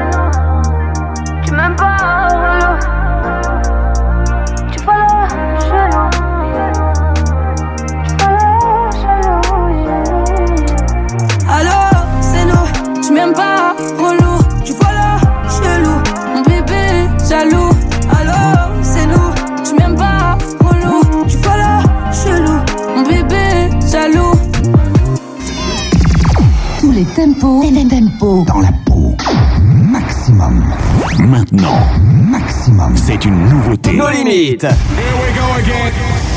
tu m'aimes pas, relou. Tu vois là, chelou, tu vois là. les tempos, les tempos dans la peau. Maximum. Maintenant, Maximum. c'est une nouveauté. Nos limites. Here we go again.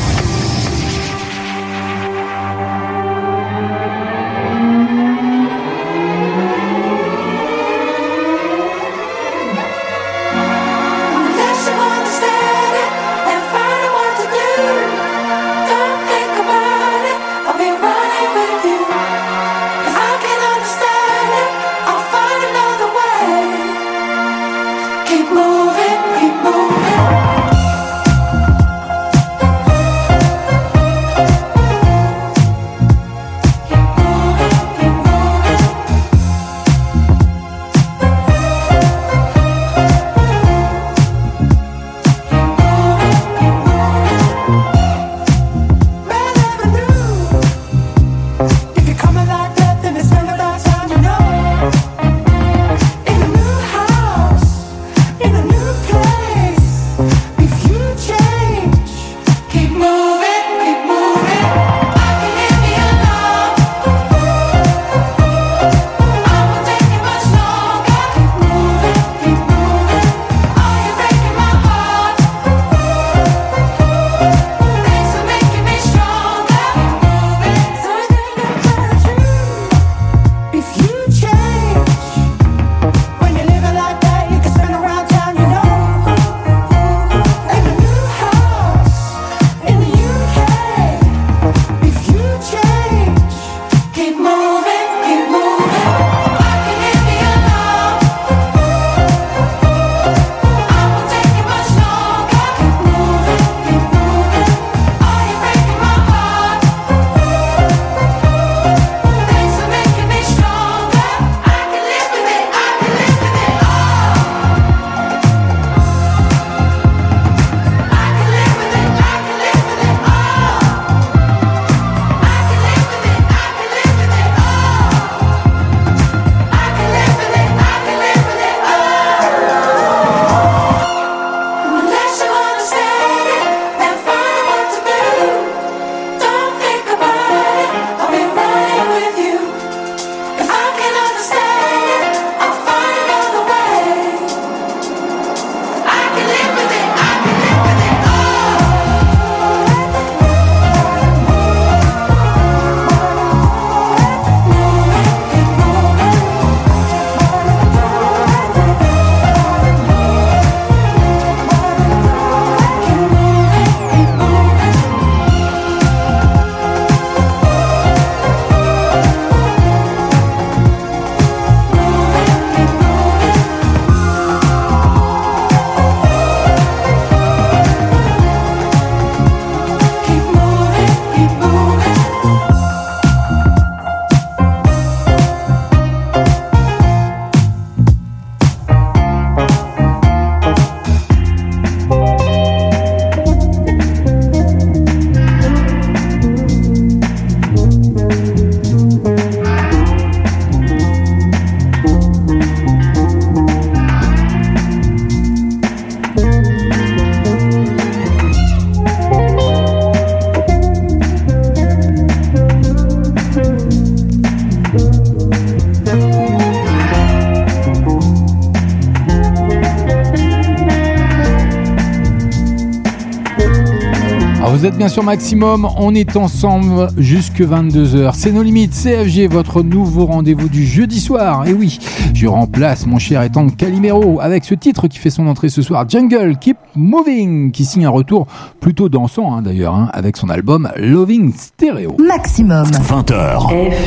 Vous êtes bien sur Maximum, on est ensemble jusque vingt-deux heures. C'est Nos Limites, C F G, votre nouveau rendez-vous du jeudi soir. Et oui, je remplace mon cher étant Calimero avec ce titre qui fait son entrée ce soir, Jungle Keep Moving, qui signe un retour plutôt dansant hein, d'ailleurs, hein, avec son album Loving Stereo. Maximum. vingt heures.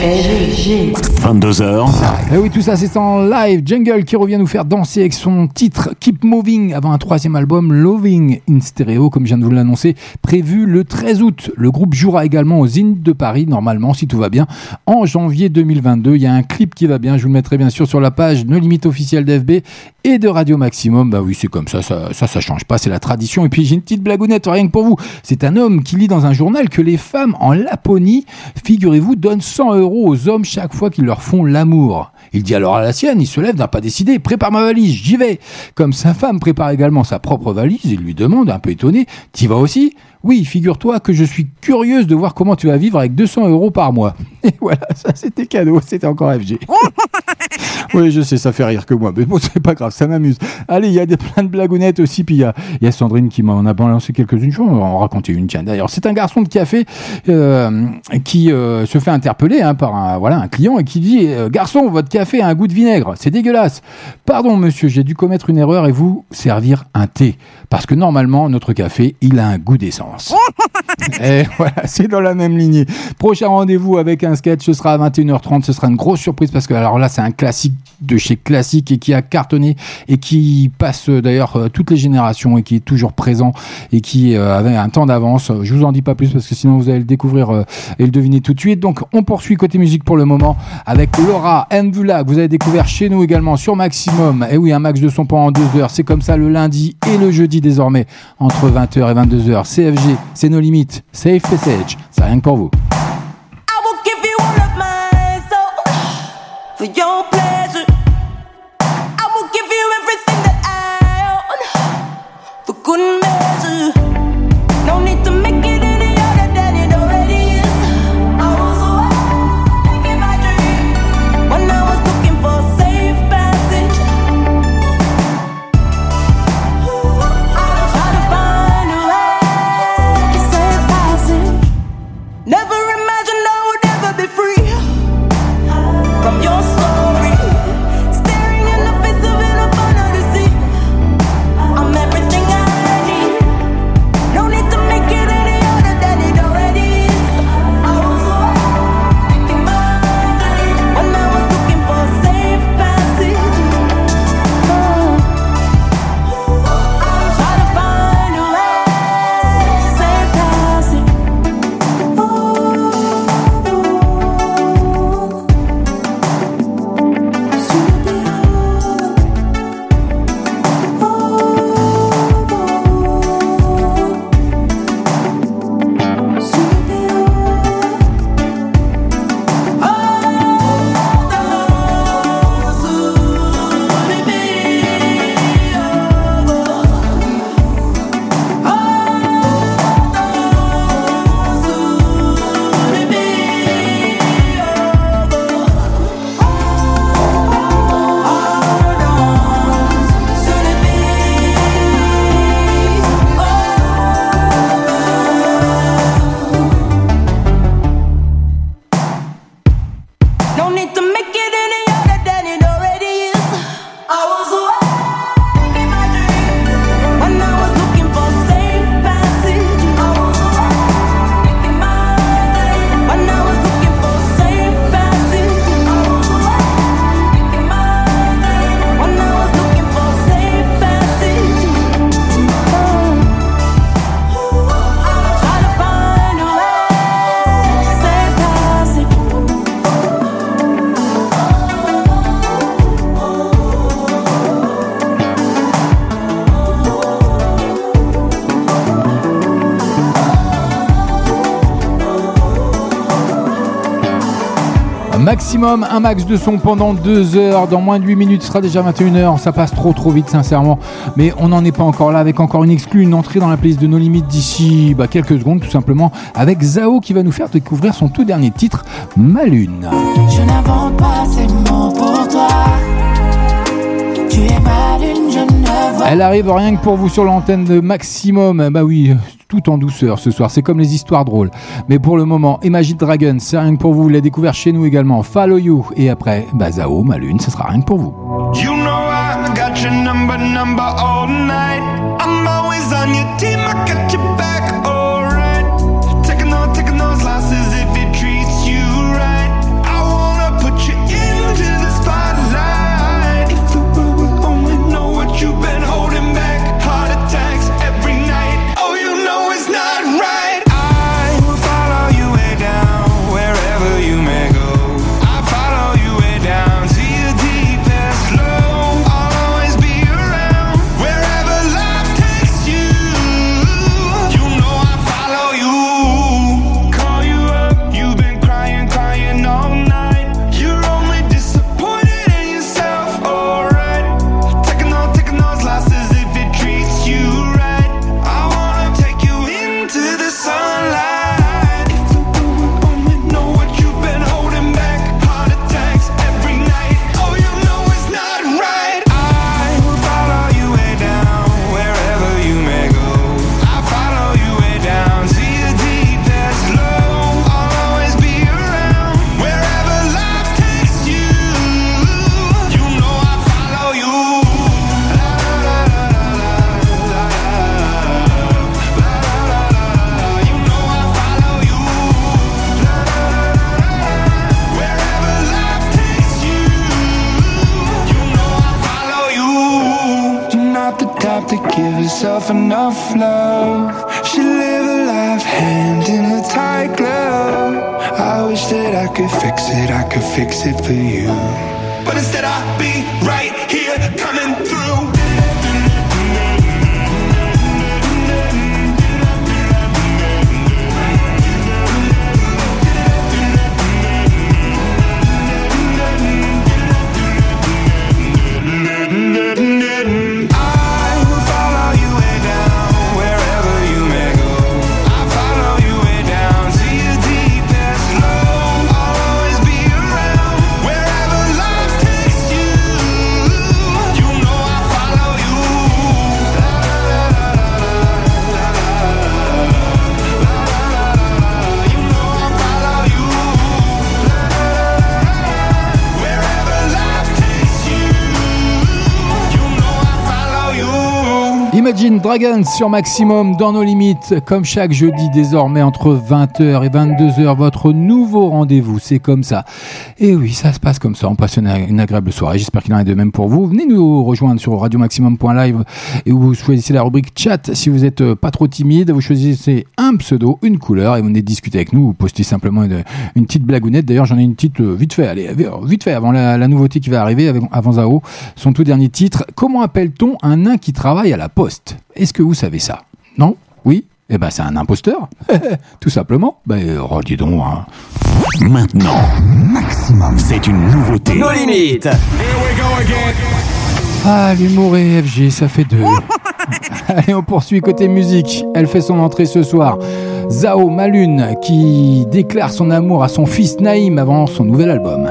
F G. vingt-deux heures. Et oui, tout ça c'est en live. Jungle qui revient nous faire danser avec son titre Keep Moving avant un troisième album Loving in Stereo, comme je viens de vous l'annoncer, prévu le treize août. Le groupe jouera également au Zénith de Paris, normalement, si tout va bien, en janvier deux mille vingt-deux. Il y a un clip qui va bien, je vous le mettrai bien sûr sur la page No Limite officielle d'F B et de Radio Maximum. Bah oui, c'est comme ça, ça, ça, ça change pas, c'est la tradition. Et puis j'ai une petite blagounette, rien que pour vous. C'est un homme qui lit dans un journal que les femmes en Laponie, figurez-vous, donnent cent euros aux hommes chaque fois qu'ils leur font l'amour. Il dit alors à la sienne, il se lève d'un pas décidé, prépare ma valise, j'y vais. Comme sa femme prépare également sa propre valise, il lui demande, un peu étonné, t'y vas aussi ? Oui, figure-toi que je suis curieuse de voir comment tu vas vivre avec deux cents euros par mois. Et voilà, ça c'était cadeau, c'était encore F G. Oui, je sais, ça fait rire que moi, mais bon, c'est pas grave, ça m'amuse. Allez, il y a des, plein de blagounettes aussi, puis il y a, y a Sandrine qui m'en a balancé quelques-unes. Je vais en raconter une, tiens. D'ailleurs, c'est un garçon de café euh, qui euh, se fait interpeller hein, par un, voilà, un client et qui dit euh, « Garçon, votre café a un goût de vinaigre, c'est dégueulasse. Pardon, monsieur, j'ai dû commettre une erreur et vous servir un thé. Parce que normalement, notre café, il a un goût d'essence. » Et voilà, c'est dans la même lignée. Prochain rendez-vous avec un sketch, ce sera à vingt et une heures trente. Ce sera une grosse surprise parce que alors là, c'est un classique de chez classique et qui a cartonné et qui passe euh, d'ailleurs euh, toutes les générations et qui est toujours présent et qui euh, avait un temps d'avance. Je vous en dis pas plus parce que sinon vous allez le découvrir euh, et le deviner tout de suite. Donc on poursuit côté musique pour le moment avec Laura Mvula que vous avez découvert chez nous également sur Maximum. Et oui, un max de son pendant deux heures. C'est comme ça le lundi et le jeudi désormais entre vingt heures et vingt-deux heures. C F G, c'est nos limites. Safe Passage, c'est rien que pour vous. I will give you all of my soul for your pleasure. I will give you everything that I own for good measure. No need to make it any other than it already is. I was awake in my dream when I was looking for safe passage. I try to find a way to safe passage. Never imagined I would ever be free from your story. Staring in the face of it, I find out to see I'm everything I need. No need to make it any other than it already is. I was awake in my dream when I was looking for safe passage. Oh. I try to find a way to safe passage. No need to make it any other than it already is. I was awake in my dream when I was looking for safe passage. I was awake in my dream when I was looking for safe passage. I was awake in my dream when I was looking for safe passage. I try to find a way to safe passage. Maximum, un max de son pendant deux heures. Dans moins de huit minutes, ce sera déjà vingt et une heures. Ça passe trop trop vite, sincèrement. Mais on n'en est pas encore là avec encore une exclue, une entrée dans la playlist de nos limites d'ici bah, quelques secondes, tout simplement, avec Zao qui va nous faire découvrir son tout dernier titre, Ma Lune. Je n'invente pas ces mots pour toi. Tu es ma lune, je ne vois. Elle arrive rien que pour vous sur l'antenne de Maximum. Bah oui, tout en douceur ce soir. C'est comme les histoires drôles. Mais pour le moment, Imagine Dragons, c'est rien que pour vous. Vous l'avez découvert chez nous également. Follow You. Et après, bah Zao, Ma Lune, ce sera rien que pour vous. You know I got your number, number all night. I'm always on your team, I got your back, alright. Taking on, taking those losses if it treats you right. I wanna put you into the spotlight. If the world would only know what you've been holding back. Heart attacks every night. Oh, you know it's not right. I will follow you way down, wherever you may go. I follow you way down to your deepest low. I'll always be around, wherever have to give herself enough love. She live a life hand in a tight glove. I wish that I could fix it, I could fix it for you. But instead I'll be right here coming through. Imagine Dragons sur Maximum dans nos limites, comme chaque jeudi désormais entre vingt heures et vingt-deux heures, votre nouveau rendez-vous, c'est comme ça. Et oui, ça se passe comme ça, on passe une, une agréable soirée, j'espère qu'il en est de même pour vous. Venez nous rejoindre sur radio maximum point live et où vous choisissez la rubrique chat si vous n'êtes pas trop timide, vous choisissez un pseudo, une couleur et vous venez discuter avec nous, vous postez simplement une, une petite blagounette. D'ailleurs j'en ai une petite vite fait, allez, vite fait avant la, la nouveauté qui va arriver, avec, avant Zao, son tout dernier titre. Comment appelle-t-on un nain qui travaille à la poste ? Est-ce que vous savez ça ? Non ? Oui ? Eh ben c'est un imposteur, tout simplement. Ben oh, dis donc. Hein. Maintenant, Maximum, c'est une nouveauté. Nos limites. Here we go again. Ah, l'humour et F G, ça fait deux. Allez, on poursuit côté musique. Elle fait son entrée ce soir. Zao Malune qui déclare son amour à son fils Naïm avant son nouvel album.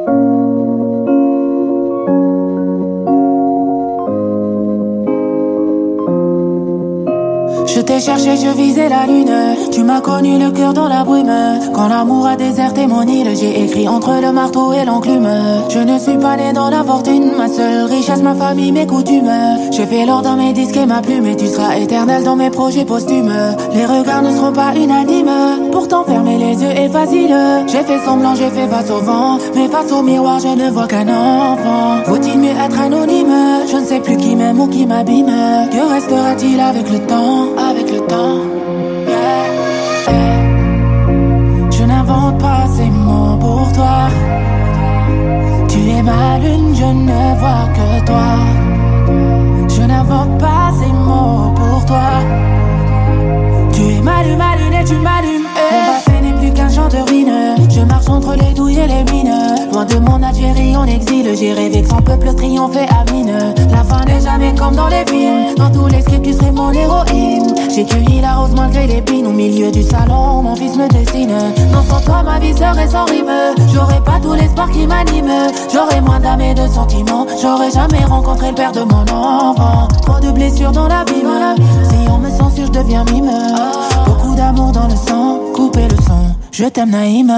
Je t'ai cherché, je visais la lune. Tu m'as connu le cœur dans la brume. Quand l'amour a déserté mon île, j'ai écrit entre le marteau et l'enclume. Je ne suis pas né dans la fortune, ma seule richesse, ma famille, mes coutumes. J'ai fait l'or dans mes disques et ma plume, et tu seras éternel dans mes projets posthumes. Les regards ne seront pas unanimes, pourtant fermer les yeux est facile. J'ai fait semblant, j'ai fait face au vent, mais face au miroir je ne vois qu'un enfant. Vaut-il mieux être anonyme? Je ne sais plus qui m'aime ou qui m'abîme. Que restera-t-il avec le temps? Avec le temps, yeah, yeah. Je n'invente pas ces mots pour toi. Tu es ma lune, je ne vois que toi. Je n'invente pas ces mots pour toi. Tu es ma lune, ma lune et tu m'allumes. Mon passé n'est plus qu'un champ de ruines. Je marche entre les douilles et les mines. Loin de mon Algérie en exil, j'ai rêvé que son peuple triomphait à mine. La fin n'est jamais comme dans les films. Dans tous les scripts tu serais mon héroïne. J'ai cueilli la rose malgré l'épine. Au milieu du salon, mon fils me dessine. Non, sans toi ma vie serait sans rime. J'aurais pas tout l'espoir qui m'anime. J'aurais moins d'âme et de sentiments. J'aurais jamais rencontré le père de mon enfant. Trop de blessures dans l'abîme. Si on me censure, je deviens mime. Beaucoup d'amour dans le sang, coupez le son. Je t'aime Naïm.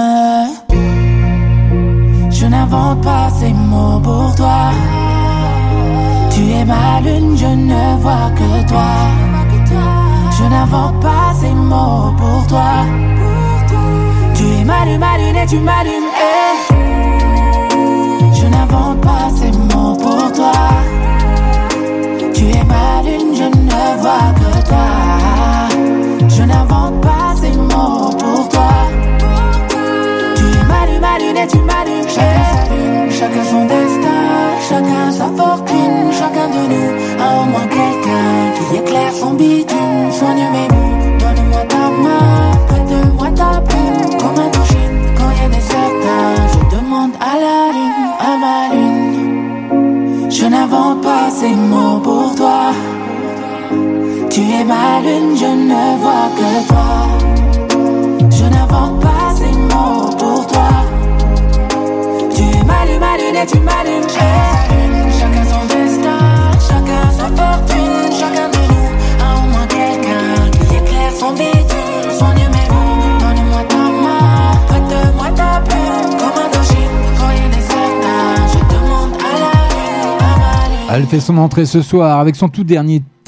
Je n'invente pas ces mots pour toi. Tu es ma lune, je ne vois que toi. Je n'invente pas ces mots pour toi. Tu es ma lune, ma lune et tu m'allumes. Hey. Je n'invente pas ces mots pour toi. Tu es ma lune, je ne vois que toi. Je n'invente pas ces mots pour toi. Tu es ma lune, ma lune et tu m'allumes. Chacun sa lune, chacun son destin, chacun sa fortune. Chacun de nous a au moins quelqu'un qui éclaire son bitume. Soigne mes mots, donne-moi ta main, prête-moi ta plume. Comme un touchine, quand rien n'est certain, je demande à la lune, à ma lune. Je n'invente pas ces mots pour toi. Tu es ma lune, je ne vois que toi. Je n'invente pas ces mots pour toi. Tu es ma lune, ma lune et tu m'allumes. Hey. Chacun son destin, chacun sa fortune. Chacun de nous a au moins quelqu'un qui éclaire son bitume. Soigne mes mots, donne-moi ta main, prête-moi ta plume. Comme un Indochine, quand rien n'est certain, je demande à la lune, à ma lune. Elle fait son entrée ce soir avec son tout dernier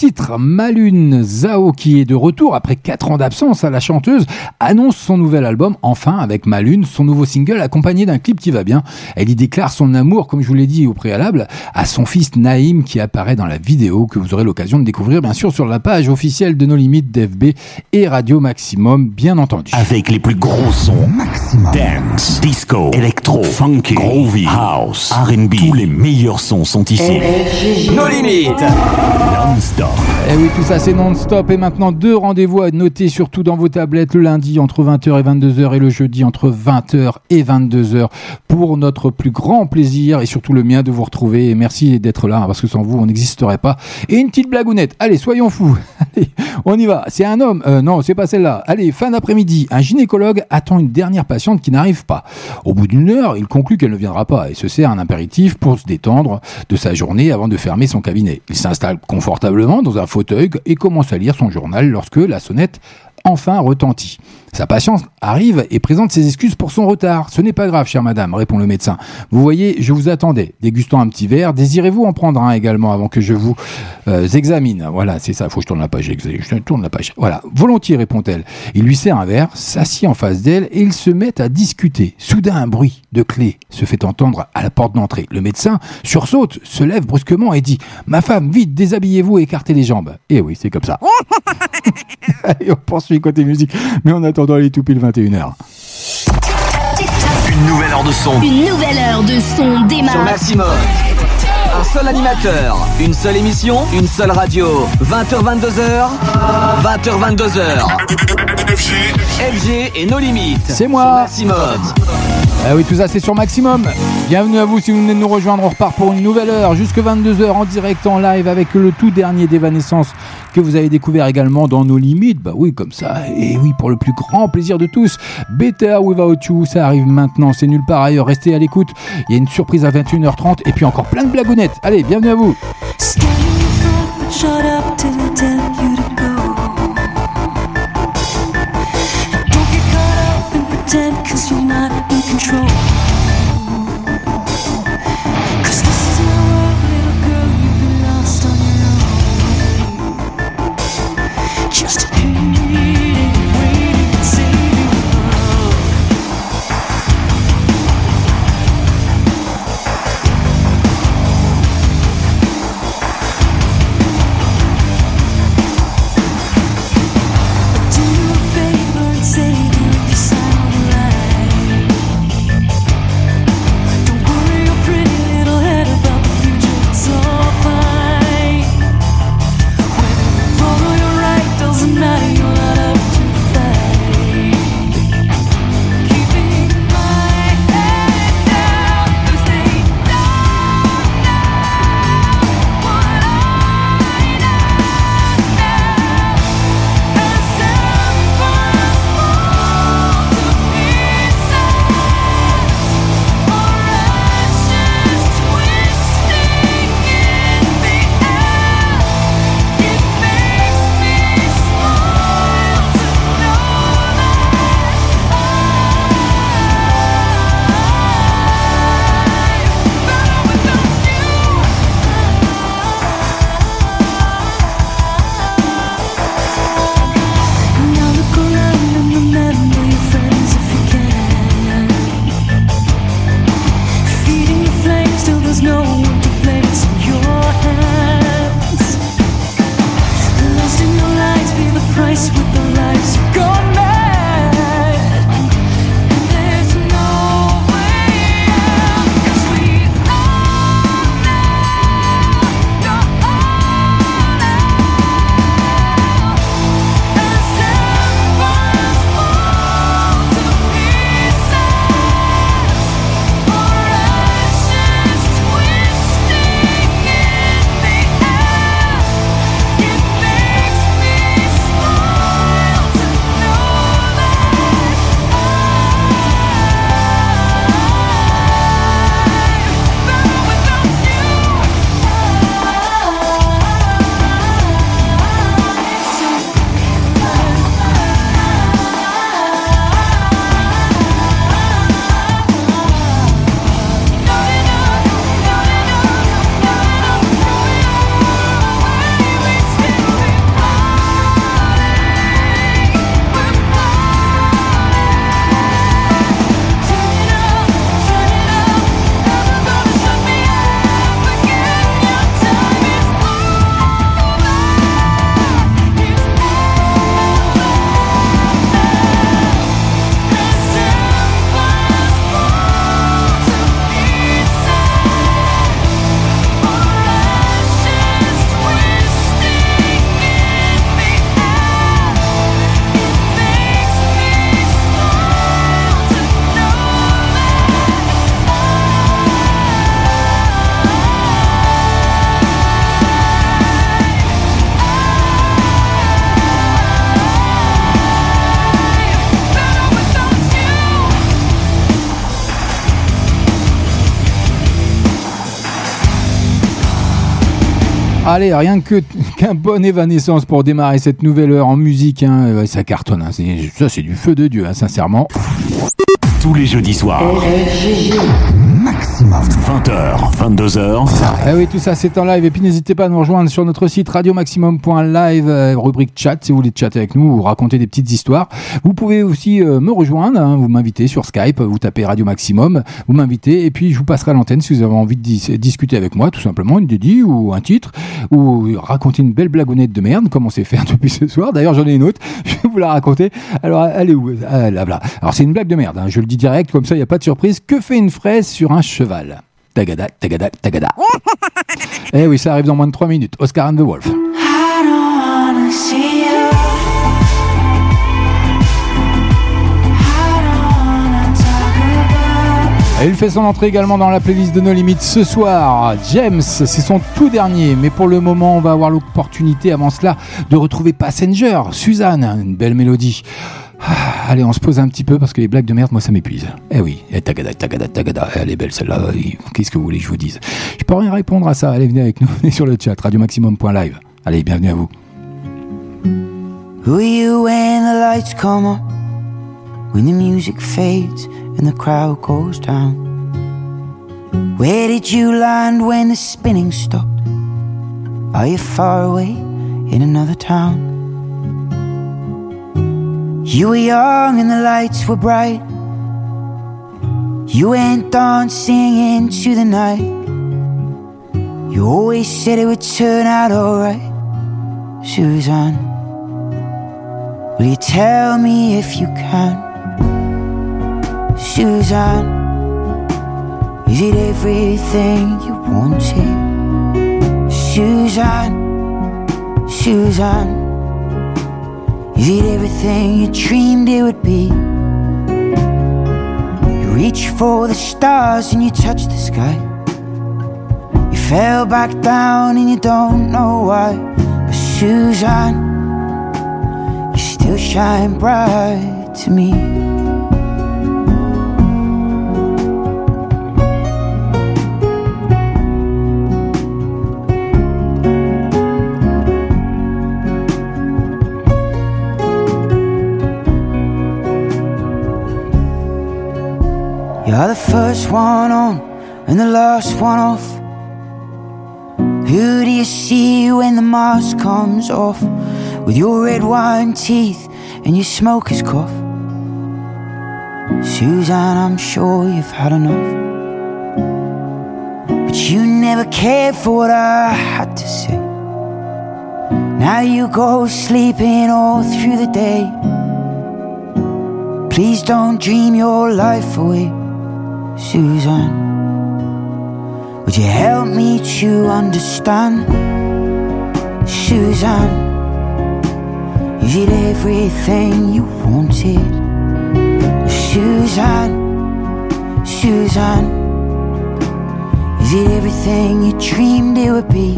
titre. Malune Zhao, qui est de retour après quatre ans d'absence, la chanteuse annonce son nouvel album, enfin avec Malune, son nouveau single accompagné d'un clip qui va bien. Elle y déclare son amour, comme je vous l'ai dit au préalable, à son fils Naïm qui apparaît dans la vidéo que vous aurez l'occasion de découvrir bien sûr sur la page officielle de No Limites, d'F B et Radio Maximum, bien entendu. Avec les plus gros sons, Maximum. Dance, disco, électro, funky, groovy, house, R and B, tous les meilleurs sons sont ici. No Limites Non-stop. Et oui, tout ça c'est non-stop. Et maintenant, deux rendez-vous à noter surtout dans vos tablettes, le lundi entre vingt heures et vingt-deux heures et le jeudi entre vingt heures et vingt-deux heures pour notre plus grand plaisir et surtout le mien de vous retrouver. Et merci d'être là, parce que sans vous on n'existerait pas. Et une petite blagounette, allez, soyons fous. Allez, on y va. C'est un homme, euh, non c'est pas celle-là. Allez, fin d'après-midi, un gynécologue attend une dernière patiente qui n'arrive pas. Au bout d'une heure, il conclut qu'elle ne viendra pas et se sert un apéritif pour se détendre de sa journée avant de fermer son cabinet. Il s'installe confortablement dans un fauteuil et commence à lire son journal lorsque la sonnette enfin retentit. Sa patiente arrive et présente ses excuses pour son retard. Ce n'est pas grave, chère madame, répond le médecin. Vous voyez, je vous attendais. Dégustant un petit verre, désirez-vous en prendre un également avant que je vous euh, examine? Voilà, c'est ça, faut que je tourne la page. Je tourne la page. Voilà, volontiers, répond-elle. Il lui sert un verre, s'assied en face d'elle et ils se mettent à discuter. Soudain, un bruit de clé se fait entendre à la porte d'entrée. Le médecin sursaute, se lève brusquement et dit « Ma femme, vite, déshabillez-vous et écartez les jambes. » Et oui, c'est comme ça. Allez, on poursuit côté musique, mais en attendant, il est tout pile vingt et une heures. Une nouvelle heure de son. Une nouvelle heure de son démarre. Sur Maximum. Un seul animateur, une seule émission, une seule radio. vingt heures vingt-deux heures. vingt heures vingt-deux heures. F G et No Limites. C'est moi. Sur Maximum. Ah oui, tout ça c'est sur Maximum. Bienvenue à vous si vous venez de nous rejoindre. On repart pour une nouvelle heure jusque vingt-deux heures en direct, en live avec le tout dernier d'Evanescence que vous avez découvert également dans No Limites. Bah oui, comme ça. Et oui, pour le plus grand plaisir de tous. Better Without You, ça arrive maintenant. C'est nulle part ailleurs. Restez à l'écoute. Il y a une surprise à vingt et une heures trente et puis encore plein de blagounettes. Allez, bienvenue à vous. Shut up till I tell you to go. Don't get caught up and pretend cause you're not in control. Cause this is my world, little girl, you've been lost on your own. Just waiting, waiting to save you. Say if you sound right. Allez, rien que qu'un bon évanescence pour démarrer cette nouvelle heure en musique, hein. Ça cartonne, hein. C'est, ça c'est du feu de Dieu, hein, sincèrement. Tous les jeudis soirs. Maximum. vingt heures, vingt-deux heures. Ah oui, tout ça c'est en live. Et puis n'hésitez pas à nous rejoindre sur notre site radio maximum point live, euh, rubrique chat, si vous voulez chatter avec nous ou raconter des petites histoires. Vous pouvez aussi euh, me rejoindre, hein, vous m'invitez sur Skype, vous tapez Radio Maximum, vous m'invitez et puis je vous passerai à l'antenne si vous avez envie de dis- discuter avec moi, tout simplement, une dédie ou un titre, ou raconter une belle blagounette de merde, comme on sait faire depuis ce soir. D'ailleurs, j'en ai une autre, je vais vous la raconter. Alors, elle est où ? Ah, là, là. Alors, c'est une blague de merde, hein, je le dis direct, comme ça, il n'y a pas de surprise. Que fait une fraise sur un cheval ? Tagada, tagada, tagada. Eh oui, ça arrive dans moins de trois minutes. Oscar and the Wolf. I don't wanna see you. Et il fait son entrée également dans la playlist de No Limits ce soir. James, c'est son tout dernier, mais pour le moment, on va avoir l'opportunité avant cela de retrouver Passenger, Suzanne, une belle mélodie. Ah, allez, on se pose un petit peu parce que les blagues de merde, moi, ça m'épuise. Eh oui, eh, tagada, tagada, tagada, elle est belle celle-là. Qu'est-ce que vous voulez que je vous dise ? Je peux rien répondre à ça. Allez, venez avec nous, venez sur le chat, radio maximum point live. Allez, bienvenue à vous. Who are you when the lights come on? When the music fades and the crowd goes down? Where did you land when the spinning stopped? Are you far away in another town? You were young and the lights were bright. You went dancing into the night. You always said it would turn out alright, Suzanne. Will you tell me if you can, Suzanne? Is it everything you wanted, Suzanne? Suzanne, is it everything you dreamed it would be? You reach for the stars and you touch the sky. You fell back down and you don't know why. But Suzanne, you still shine bright to me. You're the first one on and the last one off. Who do you see when the mask comes off? With your red wine teeth and your smoker's cough. Suzanne, I'm sure you've had enough, but you never cared for what I had to say. Now you go sleeping all through the day. Please don't dream your life away, Suzanne. Would you help me to understand, Suzanne? Is it everything you wanted, Suzanne? Suzanne, is it everything you dreamed it would be?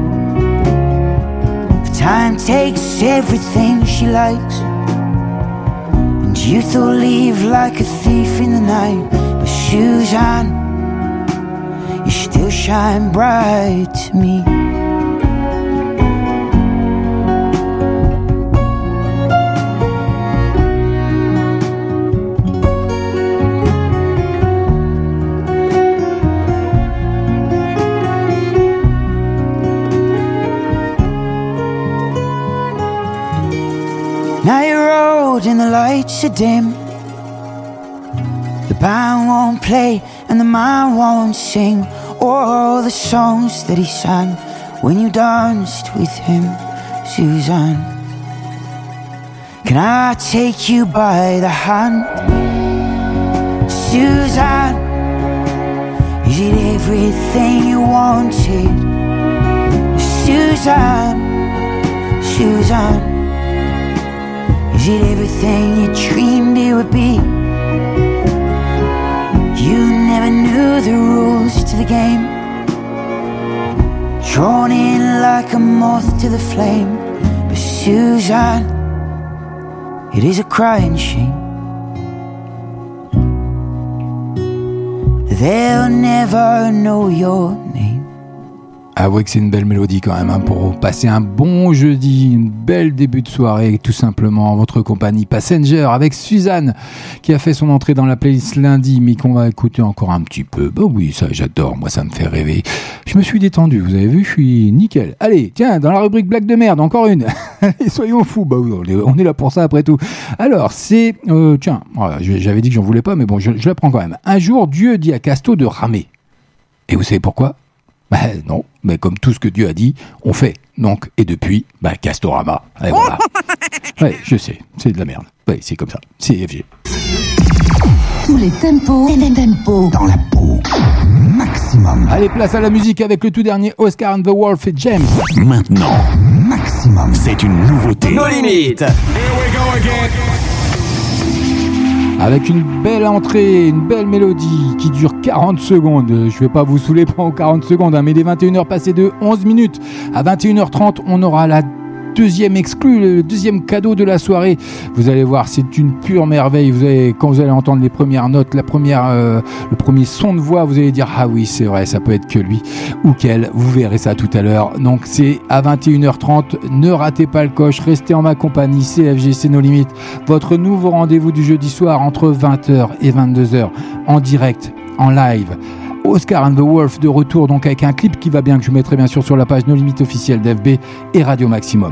If time takes everything she likes, and youth will leave like a thief in the night, but Suzanne, you still shine bright to me. Now you're old and the lights are dim. The band won't play and the man won't sing all the songs that he sang when you danced with him, Suzanne. Can I take you by the hand, Suzanne? Is it everything you wanted, Suzanne? Suzanne, is it everything you dreamed it would be? You never knew the rules to the game, drawn in like a moth to the flame. But Suzanne, it is a crying shame that they'll never know your name. Avouez que c'est une belle mélodie quand même, hein, pour passer un bon jeudi, une belle début de soirée, tout simplement en votre compagnie. Passenger avec Suzanne, qui a fait son entrée dans la playlist lundi, mais qu'on va écouter encore un petit peu. Bah oui, ça j'adore, moi ça me fait rêver. Je me suis détendu, vous avez vu, je suis nickel. Allez, tiens, dans la rubrique blague de merde, encore une. Allez, soyons fous, bah oui, on est, on est là pour ça après tout. Alors, c'est, euh, tiens, voilà, j'avais dit que j'en voulais pas, mais bon, je, je la prends quand même. Un jour, Dieu dit à Casto de ramer. Et vous savez pourquoi ? Ben non, mais comme tout ce que Dieu a dit, on fait. Donc, et depuis, ben Castorama. Et voilà. Ouais, je sais, c'est de la merde. Ouais, c'est comme ça. C'est F G. Tous les tempos, les tempos dans la peau. Maximum. Allez, place à la musique avec le tout dernier Oscar and the Wolf et James. Maintenant, Maximum. C'est une nouveauté. No limites. Here we go again. Avec une belle entrée, une belle mélodie qui dure quarante secondes. Je vais pas vous saouler pendant quarante secondes, hein, mais les vingt et une heures passées de onze minutes. À vingt et une heures trente, on aura la deuxième exclu, le deuxième cadeau de la soirée. Vous allez voir, c'est une pure merveille. Vous allez, quand vous allez entendre les premières notes, la première, euh, le premier son de voix, vous allez dire ah oui, c'est vrai, ça peut être que lui ou qu'elle. Vous verrez ça tout à l'heure. Donc c'est à vingt et une heures trente. Ne ratez pas le coche. Restez en ma compagnie. C F G, c'est nos limites. Votre nouveau rendez-vous du jeudi soir entre vingt heures et vingt-deux heures en direct, en live. Oscar and the Wolf de retour, donc avec un clip qui va bien, que je mettrai bien sûr sur la page No Limites officielle d'F B et Radio Maximum.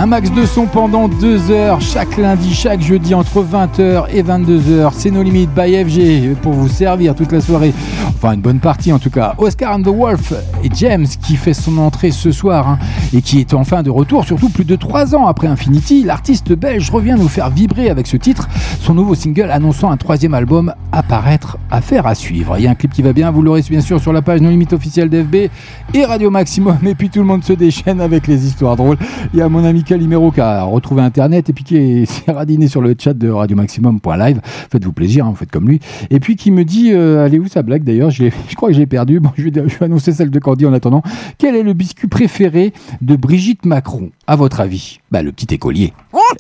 max de son pendant deux heures, chaque lundi, chaque jeudi, entre vingt heures et vingt-deux heures. C'est No Limit by F G pour vous servir toute la soirée. Enfin, une bonne partie en tout cas. Oscar and the Wolf et James qui fait son entrée ce soir hein, et qui est enfin de retour, surtout plus de trois ans après Infinity. L'artiste belge revient nous faire vibrer avec ce titre, son nouveau single annonçant un troisième album à paraître, à faire, à suivre. Il y a un clip qui va bien, vous l'aurez bien sûr sur la page No Limit officielle d'F B et Radio Maximum. Et puis tout le monde se déchaîne avec les histoires drôles. Il y a mon ami Calimero qui a retrouvé internet et puis qui s'est radiné sur le chat de radio maximum point live. Faites-vous plaisir, hein, faites comme lui. Et puis qui me dit, euh, allez où sa blague d'ailleurs, je, je crois que j'ai perdu. Bon, je vais, je vais annoncer celle de Candy en attendant. Quel est le biscuit préféré de Brigitte Macron, à votre avis? Bah, le petit écolier.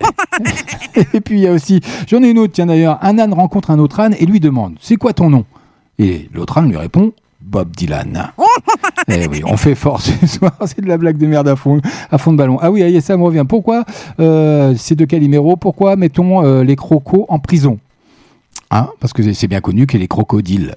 Et puis il y a aussi, j'en ai une autre, tiens d'ailleurs, un âne rencontre un autre âne et lui demande, c'est quoi ton nom? Et l'autre âne lui répond, Bob Dylan. Eh oui, on fait fort ce soir, c'est de la blague de merde à fond, à fond de ballon. Ah oui, ça me revient. Pourquoi, euh, c'est de Calimero, pourquoi mettons euh, les crocos en prison? Hein, parce que c'est bien connu que les crocodiles.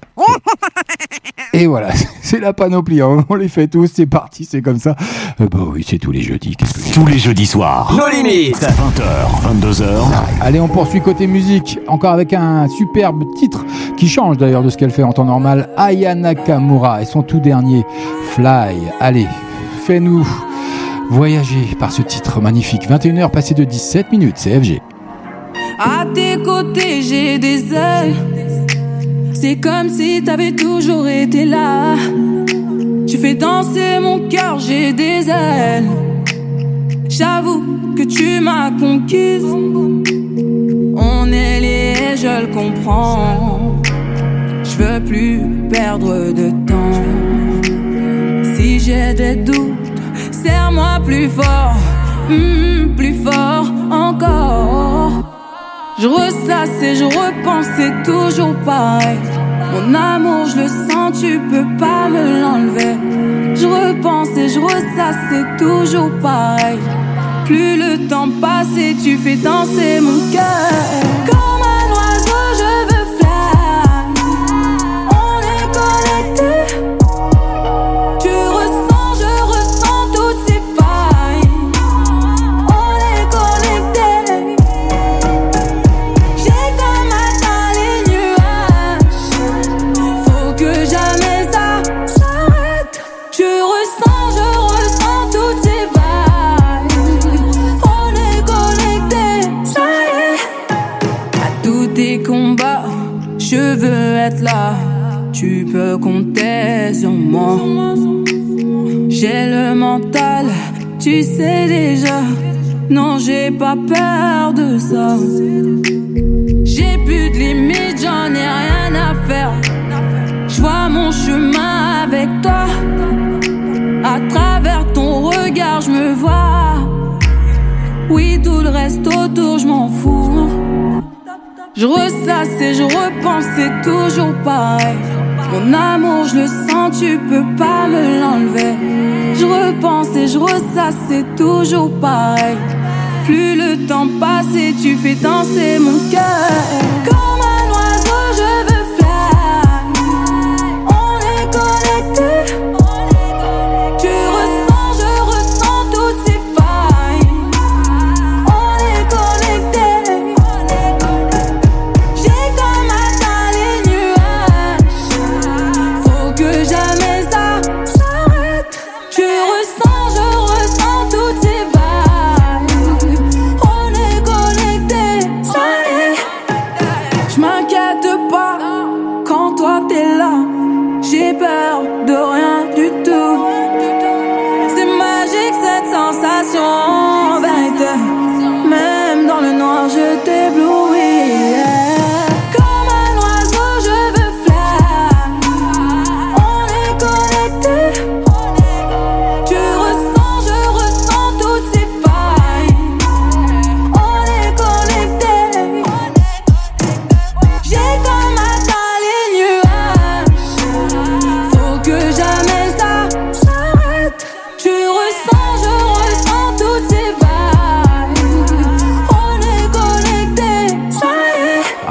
Et voilà, c'est la panoplie, hein. On les fait tous, c'est parti, c'est comme ça. Euh, bah oui, c'est tous les jeudis. Qu'est-ce que tous les jeudis soirs. No Limit. vingt heures, vingt-deux heures. Allez, on poursuit côté musique, encore avec un superbe titre qui change d'ailleurs de ce qu'elle fait en temps normal. Aya Nakamura et son tout dernier, Fly. Allez, fais-nous voyager par ce titre magnifique. vingt et une heures passées de dix-sept minutes, c'est F G. À tes côtés, j'ai des ailes. C'est comme si t'avais toujours été là. Tu fais danser mon cœur, j'ai des ailes. J'avoue que tu m'as conquise. On est liés, je le comprends. Je veux plus perdre de temps. Si j'ai des doutes, serre-moi plus fort, mmh, plus fort encore. Je ressasse et je repense, c'est toujours pareil. Mon amour, je le sens, tu peux pas me l'enlever. Je repense et je ressasse, c'est toujours pareil. Plus le temps passe et tu fais danser mon cœur. Comme un oiseau, je veux fly. On est connectés. Tu ressens, je ressens toutes ces failles. On est connectés. J'ai comme atteint les nuages. Faut que jamais ça s'arrête. Tu ressens, je ressens toutes ces vagues. On est connectés, ça y est. À tous tes combats, je veux être là. Tu peux compter sur moi. J'ai le mental, tu sais déjà. Non, j'ai pas peur de ça. J'ai plus de limites, j'en ai rien à faire. J'vois mon chemin avec toi. À travers ton regard, je me vois. Oui, tout le reste autour, je m'en fous. Je ressasse et je repense, c'est toujours pareil. Mon amour, je le sens, tu peux pas me l'enlever. Je repense et je ressasse, c'est toujours pareil. Plus le temps passe et tu fais danser mon cœur. Comme un oiseau, je veux fly. On est connectés. Tu ressens, je ressens toutes ces failles. On est connectés. J'ai comme atteint les nuages. Faut que jamais ça s'arrête. Tu ressens, je ressens toutes ces vagues. On est connectés, ça y est. Je m'inquiète pas quand toi t'es là. J'ai peur de rien du tout. C'est magique cette sensation en vérité. Même dans le noir je t'éblouis, yeah. Comme un oiseau je veux fly. On est connectés. Tu ressens, je ressens toutes ces failles. On est connectés. J'ai comme atteint les nuages. Faut que j'aille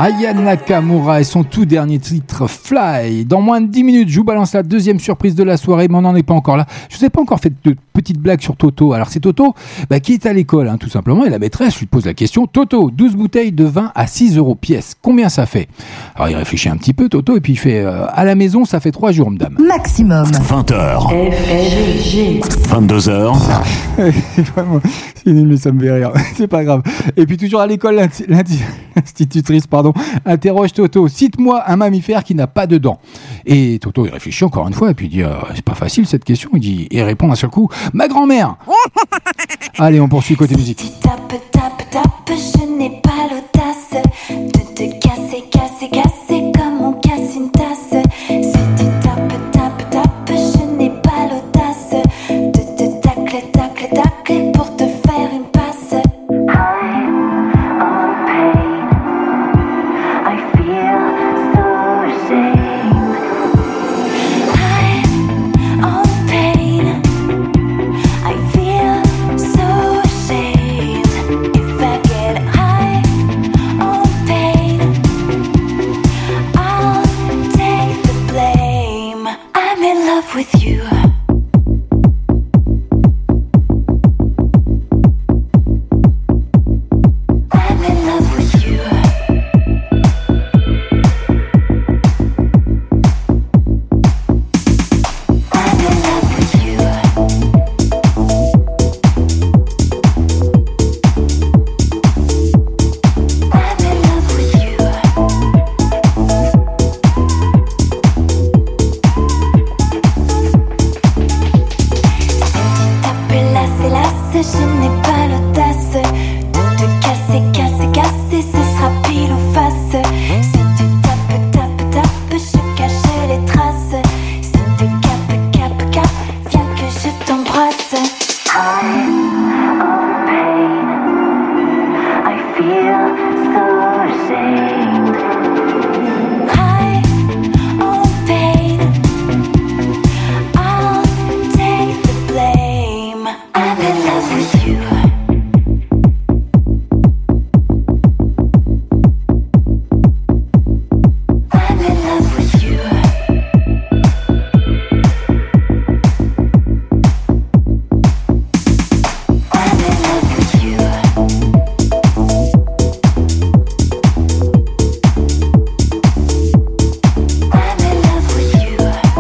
Aya Nakamura et son tout dernier titre Fly. Dans moins de dix minutes, je vous balance la deuxième surprise de la soirée, mais on n'en est pas encore là. Je vous ai pas encore fait de petites blagues sur Toto. Alors c'est Toto bah, qui est à l'école, hein, tout simplement, et la maîtresse lui pose la question: Toto, douze bouteilles de vin à six euros pièce, combien ça fait? Alors il réfléchit un petit peu, Toto, et puis il fait euh, à la maison, ça fait trois jours, madame. Maximum. vingt heures. F G. vingt-deux heures. C'est vraiment, c'est nul, mais ça me fait rire. C'est pas grave. Et puis toujours à l'école, l'institutrice, pardon, interroge Toto: cite-moi un mammifère qui n'a pas de dents. Et Toto, il réfléchit encore une fois, et puis il dit euh, c'est pas facile cette question. Il dit, et répond d'un seul coup: ma grand-mère. Allez, on poursuit côté musique. Tape, tape, tape, je n'ai pas l'audace de te casser, casser, casser comme on casse une tasse. Si tu tapes, tapes, tapes, je n'ai pas l'audace de te tacler, tacler, tacler pour te faire une passe. I'm on pain, I feel so ashamed. I'm on pain, I feel so ashamed. If I get high on pain, I'll take the blame. I'm in love with you. I'm in love with you. I'm in love with you. I'm in love with you. Tape là, c'est là, je n'ai pas l'audace de te casser, casser, casser, ce sera pile ou face. Si tu tapes, tapes, tapes, je cache les traces. Si tu capes, capes, capes, viens que je t'embrasse. I'm on pain, I feel so ashamed. I'm on pain, I'll take the blame. I'm in love with you. I'm in love with you. I'm in love with you. I'm in love with you.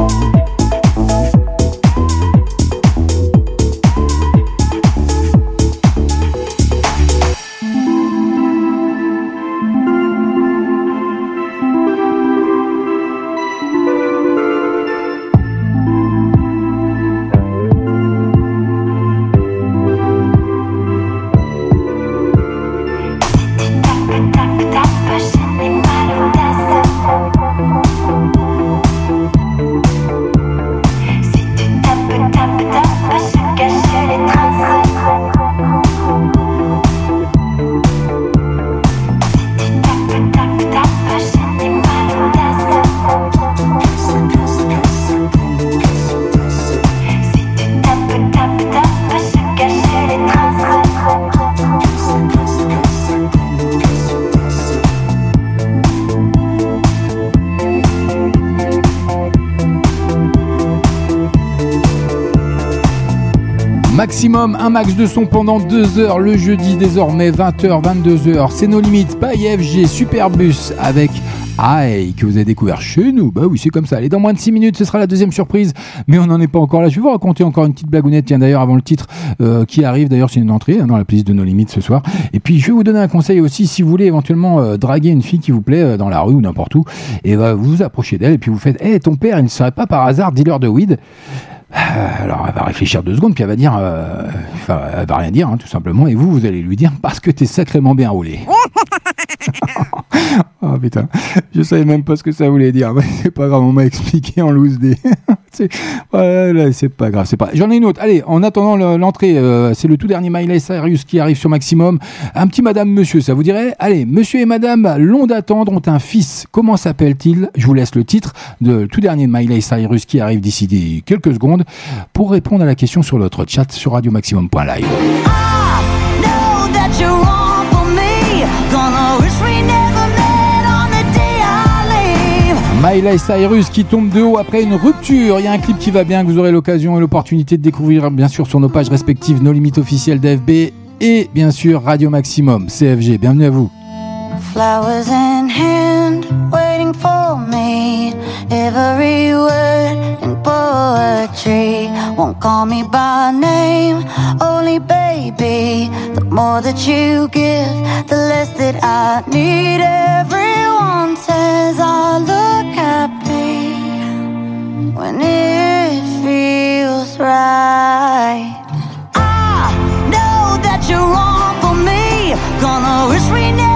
Maximum, un max de son pendant deux heures le jeudi, désormais vingt heures, vingt-deux heures. C'est nos limites by F G Superbus avec I que vous avez découvert chez nous. Bah oui, c'est comme ça. Allez, dans moins de six minutes, ce sera la deuxième surprise, mais on n'en est pas encore là. Je vais vous raconter encore une petite blagounette, tiens d'ailleurs avant le titre euh, qui arrive. D'ailleurs, c'est une entrée hein, dans la playlist de nos limites ce soir. Et puis, je vais vous donner un conseil aussi si vous voulez éventuellement euh, draguer une fille qui vous plaît euh, dans la rue ou n'importe où. Et bah, vous vous approchez d'elle et puis vous faites: hé, hey, ton père, il ne serait pas par hasard dealer de weed? Alors elle va réfléchir deux secondes puis elle va dire euh, enfin, elle va rien dire hein, tout simplement, et vous vous allez lui dire: parce que t'es sacrément bien roulé. Oh putain, je savais même pas ce que ça voulait dire, mais c'est pas grave, on m'a expliqué en loose day. c'est... Ouais, là, c'est pas grave, c'est pas. J'en ai une autre. Allez, en attendant l'entrée, euh, c'est le tout dernier Miley Cyrus qui arrive sur Maximum. Un petit Madame Monsieur, ça vous dirait? Allez, Monsieur et Madame, long d'attendre, ont un fils. Comment s'appelle-t-il? Je vous laisse le titre de tout dernier de Miley Cyrus qui arrive d'ici quelques secondes pour répondre à la question sur notre chat sur radio maximum point live. I know that you're wrong for me. Gonna wish we never met Miley Cyrus qui tombe de haut après une rupture. Il y a un clip qui va bien que vous aurez l'occasion et l'opportunité de découvrir bien sûr sur nos pages respectives, No Limit officiel d'F B et bien sûr Radio Maximum, C F G. Bienvenue à vous. Flowers in hand, waiting for me. Every word in poetry won't call me by name, only baby. The more that you give, the less that I need. Everyone says I look happy when it feels right. I know that you're wrong for me. Gonna wish we never.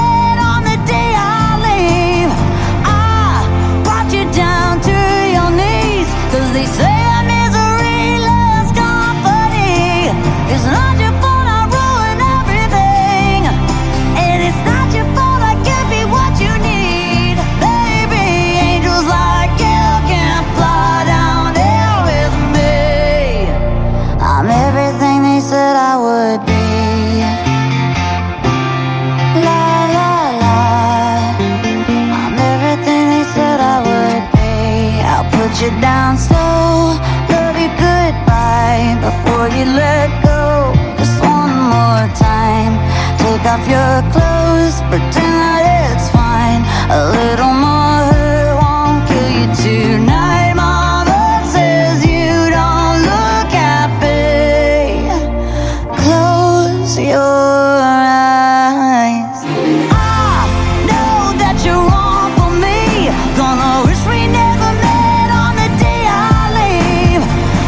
They say our misery loves company. It's not your fault I ruin everything, and it's not your fault I can't be what you need. Baby, angels like you can't fly down here with me. I'm everything they said I would be. La la la. I'm everything they said I would be. I'll put you down slow. Before you let go, just one more time. Take off your clothes, pretend that it's fine. A little more hurt won't kill you tonight. Mama says you don't look happy. Close your eyes. I know that you're wrong for me. Gonna wish we never met on the day I leave.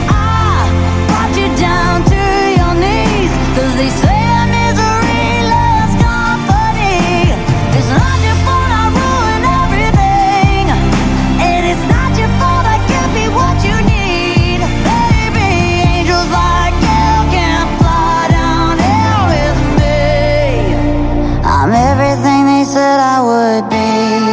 They say our misery loves company. It's not your fault I ruin everything, and it's not your fault I can't be what you need. Baby, angels like you can't fly down here with me. I'm everything they said I would be.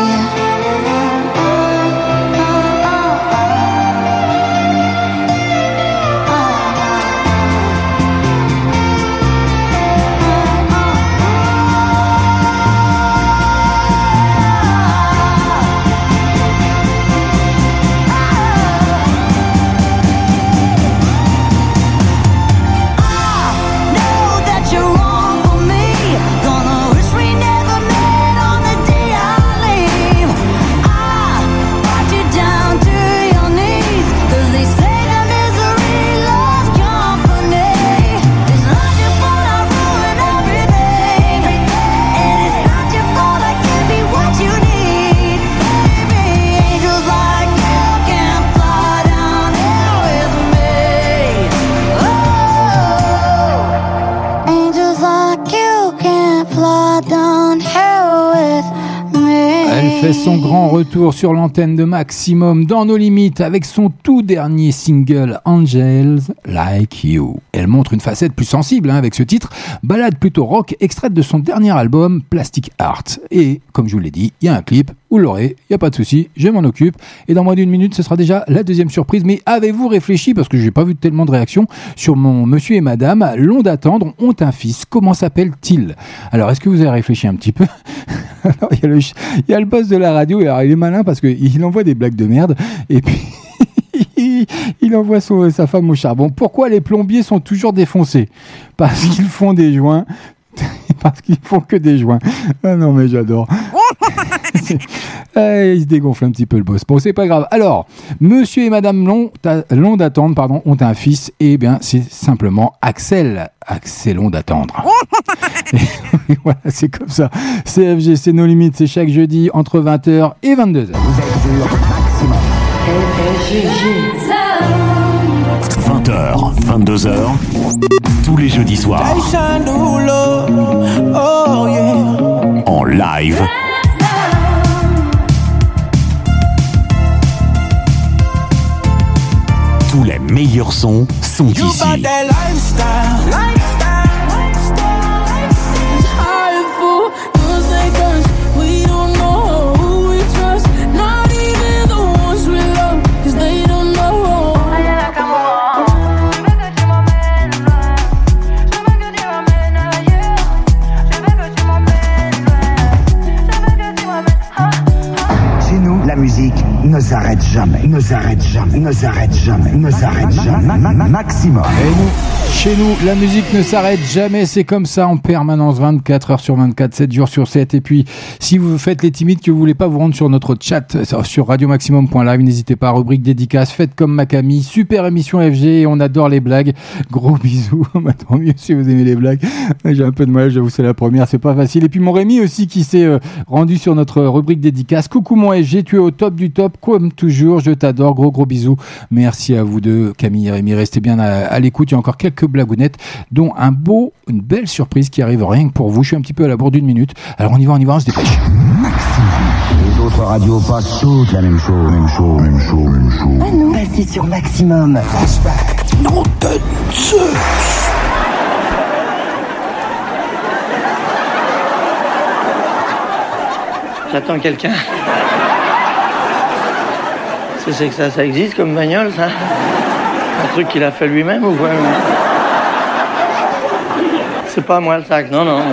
Fait son grand retour sur l'antenne de Maximum dans nos limites avec son tout dernier single Angels Like You. Elle montre une facette plus sensible hein, avec ce titre, ballade plutôt rock extraite de son dernier album Plastic Heart. Et comme je vous l'ai dit, il y a un clip, vous l'aurez, il n'y a pas de souci, je m'en occupe. Et dans moins d'une minute, ce sera déjà la deuxième surprise. Mais avez-vous réfléchi, parce que je n'ai pas vu tellement de réactions, sur mon monsieur et madame, long d'attendre, ont un fils. Comment s'appelle-t-il? Alors, est-ce que vous avez réfléchi un petit peu? Alors, il y a le, il y a le boss de la radio, et alors il est malin parce qu'il envoie des blagues de merde, et puis il envoie son, sa femme au charbon. Pourquoi les plombiers sont toujours défoncés? Parce qu'ils font des joints. Parce qu'ils font que des joints. Ah non, mais j'adore. Il se dégonfle un petit peu le boss. Bon, c'est pas grave. Alors, monsieur et madame Long, long d'attendre, pardon, ont un fils. Et bien, c'est simplement Axel. Axel long d'attendre. Et voilà, c'est comme ça. C F G, c'est nos limites. C'est chaque jeudi entre vingt heures et vingt-deux heures. Vous êtes sur Maximum. vingt heures, vingt-deux heures, tous les jeudis soirs. En live. Tous les meilleurs sons sont ici. Chez nous, la musique, s'arrête jamais, il ne s'arrête jamais, il ne s'arrête jamais, il ne s'arrête jamais. Ma- ma- Maximum. Et nous, chez nous, la musique ne s'arrête jamais, c'est comme ça en permanence, vingt-quatre heures sur vingt-quatre, sept jours sur sept. Et puis, si vous faites les timides, que vous voulez pas vous rendre sur notre chat, sur radio maximum point live, n'hésitez pas, rubrique dédicace, faites comme Macami, super émission F G, on adore les blagues. Gros bisous, tant mieux si vous aimez les blagues. J'ai un peu de mal, j'avoue, c'est la première, c'est pas facile. Et puis mon Rémi aussi qui s'est euh, rendu sur notre rubrique dédicace. Coucou mon F G, tu es au top du top, comme toujours, je t'adore, gros gros bisous. Merci à vous deux, Camille et Rémi, restez bien à, à l'écoute, il y a encore quelques blagounettes, dont un beau, une belle surprise qui arrive rien que pour vous. Je suis un petit peu à la bourre d'une minute, alors on y va, on y va, on se dépêche. Les autres radios passent toutes la même chose, même chose, même chose, même chose. Ah non, passez sur Maximum. Non de Zeus. J'attends quelqu'un. C'est, c'est que ça, ça existe comme bagnole, ça? Un truc qu'il a fait lui-même ou quoi? C'est pas moi le sac, non, non.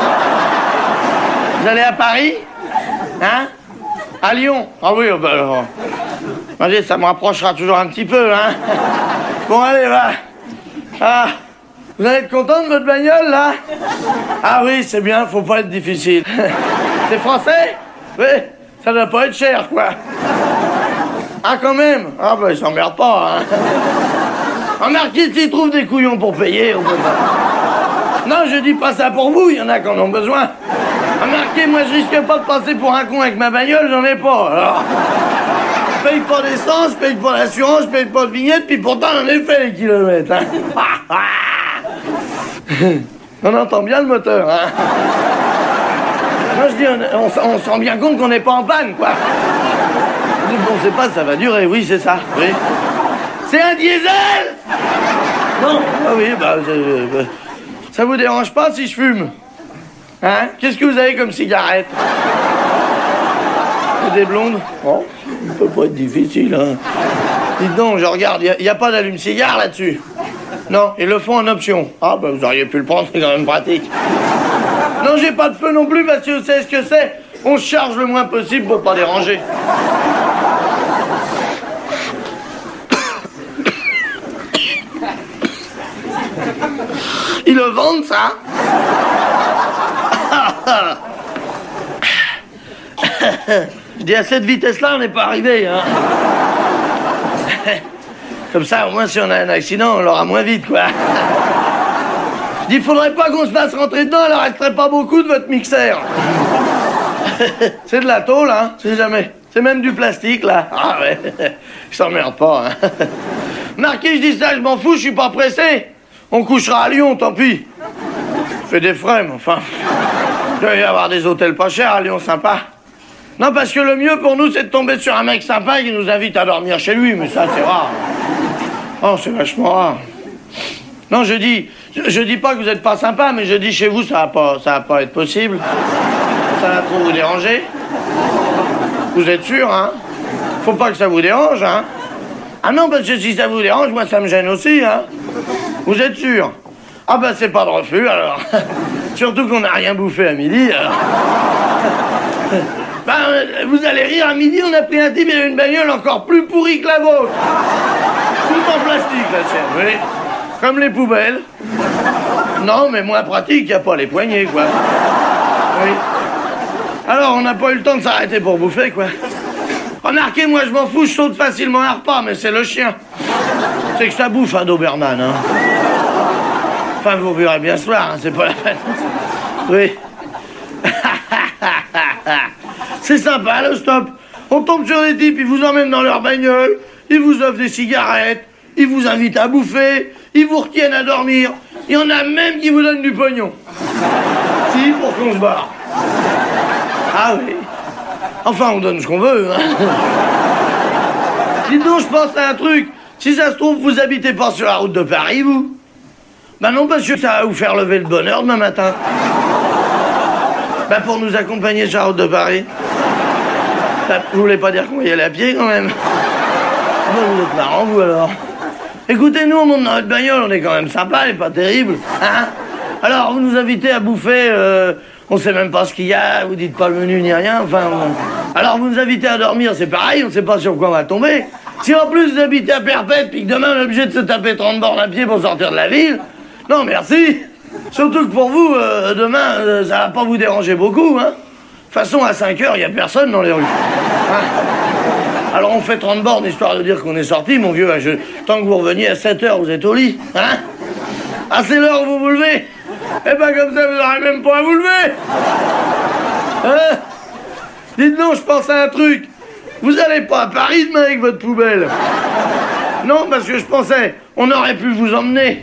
Vous allez à Paris? Hein? À Lyon? Ah oui, bah alors. Allez, ça me rapprochera toujours un petit peu, hein? Bon, allez, va. Ah, vous allez être content de votre bagnole, là? Ah oui, c'est bien, faut pas être difficile. C'est français? Oui, ça doit pas être cher, quoi. Ah, quand même? Ah, bah, ils s'emmerdent pas, hein. Remarquez, s'ils trouvent des couillons pour payer, on peut pas. Non, je dis pas ça pour vous, il y en a qui en ont besoin. Remarquez, moi, je risque pas de passer pour un con avec ma bagnole, j'en ai pas, alors. Je paye pas d'essence, je paye pas d'assurance, je paye pas de vignette, puis pourtant, j'en ai fait les kilomètres, hein. On entend bien le moteur, hein. Moi, je dis, on, on, on se rend bien compte qu'on n'est pas en panne, quoi. Je dis, bon, on sait pas, ça va durer, oui, c'est ça, oui. C'est un diesel? Non? Ah oui, bah, je, je, ça vous dérange pas si je fume? Hein? Qu'est-ce que vous avez comme cigarette? Des blondes? Bon, ça peut pas être difficile, hein. Dites donc, je regarde, il n'y a, a pas d'allume-cigare là-dessus? Non, ils le font en option. Ah, bah, vous auriez pu le prendre, c'est quand même pratique. Non, j'ai pas de feu non plus, parce que vous savez ce que c'est? On se charge le moins possible pour pas déranger. Ils le vendent, ça? Je dis, à cette vitesse-là, on n'est pas arrivé, hein. Comme ça, au moins, si on a un accident, on l'aura moins vite, quoi. Je dis, il faudrait pas qu'on se fasse rentrer dedans, il en resterait pas beaucoup de votre mixeur. C'est de la tôle, hein, c'est jamais. C'est même du plastique, là. Ah ouais, je s'emmerde pas, hein. Marqué, je dis ça, je m'en fous, je suis pas pressé. On couchera à Lyon, tant pis. Je fais des frais, mais enfin... Il doit y avoir des hôtels pas chers à Lyon, sympa. Non, parce que le mieux pour nous, c'est de tomber sur un mec sympa qui nous invite à dormir chez lui, mais ça, c'est rare. Oh, c'est vachement rare. Non, je dis... Je, je dis pas que vous êtes pas sympa, mais je dis chez vous, ça va pas, ça va pas être possible. Ça va trop vous déranger. Vous êtes sûr, hein? Faut pas que ça vous dérange, hein? Ah non, parce que si ça vous dérange, moi, ça me gêne aussi, hein? Vous êtes sûr? Ah bah, c'est pas de refus, alors. Surtout qu'on n'a rien bouffé à midi, alors. Ben, vous allez rire, à midi, on a pris un type et une bagnole encore plus pourrie que la vôtre. Tout en plastique, la sienne, oui. Comme les poubelles. Non, mais moins pratique, il n'y a pas les poignées, quoi. Oui. Alors, on n'a pas eu le temps de s'arrêter pour bouffer, quoi. Remarquez, moi, je m'en fous, je saute facilement un repas, mais c'est le chien. C'est que ça bouffe, un Doberman, hein. Enfin, vous verrez bien ce soir, hein, c'est pas la peine. Oui. C'est sympa, le stop. On tombe sur des types, ils vous emmènent dans leur bagnole, ils vous offrent des cigarettes, ils vous invitent à bouffer, ils vous retiennent à dormir. Il y en a même qui vous donnent du pognon. Si, pour qu'on se barre. Ah oui. Enfin, on donne ce qu'on veut, hein. Dites donc, je pense à un truc. Si ça se trouve, vous habitez pas sur la route de Paris, vous? Ben non, parce que ça va vous faire lever le bonheur demain matin. Ben pour nous accompagner sur la route de Paris. Ben, vous voulez pas dire qu'on va y aller à pied, quand même? Ben, vous êtes marrant, vous, alors. Écoutez, nous, on monte dans notre bagnole, on est quand même sympa, elle est pas terrible, hein? Alors, vous nous invitez à bouffer, euh, on sait même pas ce qu'il y a, vous dites pas le menu ni rien, enfin... On... Alors vous nous invitez à dormir, c'est pareil, on sait pas sur quoi on va tomber. Si en plus vous habitez à Perpète, puis que demain on est obligé de se taper trente bornes à pied pour sortir de la ville, non merci. Surtout que pour vous, euh, demain, euh, ça va pas vous déranger beaucoup, hein. De toute façon, à cinq heures, il y a personne dans les rues. Hein. Alors on fait trente bornes, histoire de dire qu'on est sorti, mon vieux. Je... Tant que vous reveniez à sept heures, vous êtes au lit, hein. Ah, c'est l'heure où vous vous levez. Eh ben comme ça, vous n'aurez même pas à vous lever. Hein. Dites donc, je pense à un truc. Vous allez pas à Paris demain avec votre poubelle? Non, parce que je pensais, on aurait pu vous emmener.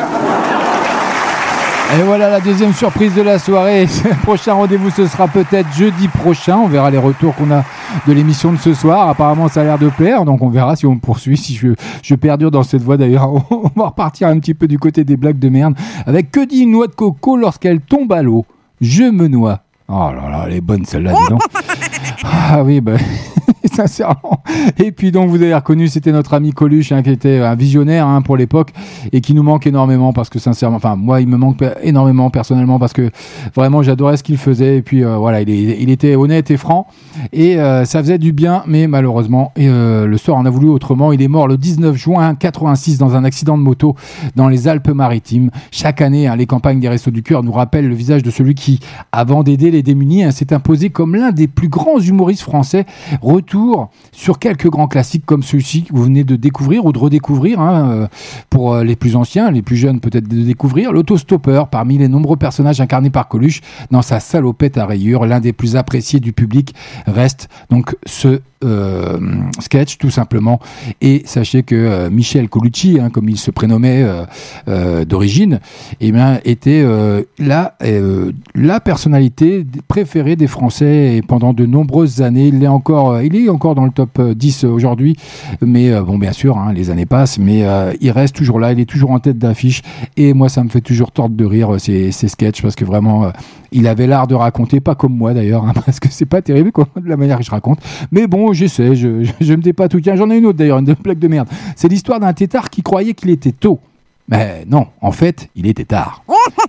Et voilà la deuxième surprise de la soirée. Le prochain rendez-vous, ce sera peut-être jeudi prochain. On verra les retours qu'on a de l'émission de ce soir. Apparemment, ça a l'air de plaire. Donc, on verra si on poursuit, si je, je perdure dans cette voie. D'ailleurs, on va repartir un petit peu du côté des blagues de merde. Avec que dit une noix de coco lorsqu'elle tombe à l'eau? Je me noie. Oh là là, elle est bonne celle-là, dis donc. Ah oui, ben... sincèrement. Et puis donc vous avez reconnu, c'était notre ami Coluche, hein, qui était un visionnaire, hein, pour l'époque, et qui nous manque énormément parce que sincèrement, enfin moi il me manque énormément personnellement parce que vraiment j'adorais ce qu'il faisait, et puis euh, voilà, il, est, il était honnête et franc, et euh, ça faisait du bien, mais malheureusement et, euh, le sort en a voulu autrement. Il est mort le dix-neuf juin quatre-vingt-six dans un accident de moto dans les Alpes-Maritimes. Chaque année, hein, les campagnes des Restos du Cœur nous rappellent le visage de celui qui, avant d'aider les démunis, hein, s'est imposé comme l'un des plus grands humoristes français. Retour sur quelques grands classiques comme celui-ci que vous venez de découvrir ou de redécouvrir, hein, pour les plus anciens, les plus jeunes peut-être de découvrir. L'autostoppeur, parmi les nombreux personnages incarnés par Coluche dans sa salopette à rayures, l'un des plus appréciés du public reste donc ce Euh, sketch tout simplement. Et sachez que euh, Michel Colucci, hein, comme il se prénommait euh, euh, d'origine, eh bien, était euh, la, euh, la personnalité préférée des Français, et pendant de nombreuses années. Il est encore, euh, il est encore dans le top dix aujourd'hui, mais euh, bon, bien sûr, hein, les années passent, mais euh, il reste toujours là, il est toujours en tête d'affiche, et moi ça me fait toujours tordre de rire ces, ces sketchs, parce que vraiment euh, il avait l'art de raconter, pas comme moi d'ailleurs, hein, parce que c'est pas terrible quoi, de la manière que je raconte, mais bon, j'essaie, je, je, je me dis pas tout. Tiens, j'en ai une autre d'ailleurs, une blague de merde. C'est l'histoire d'un tétard qui croyait qu'il était tôt. Mais non, en fait, il était tard.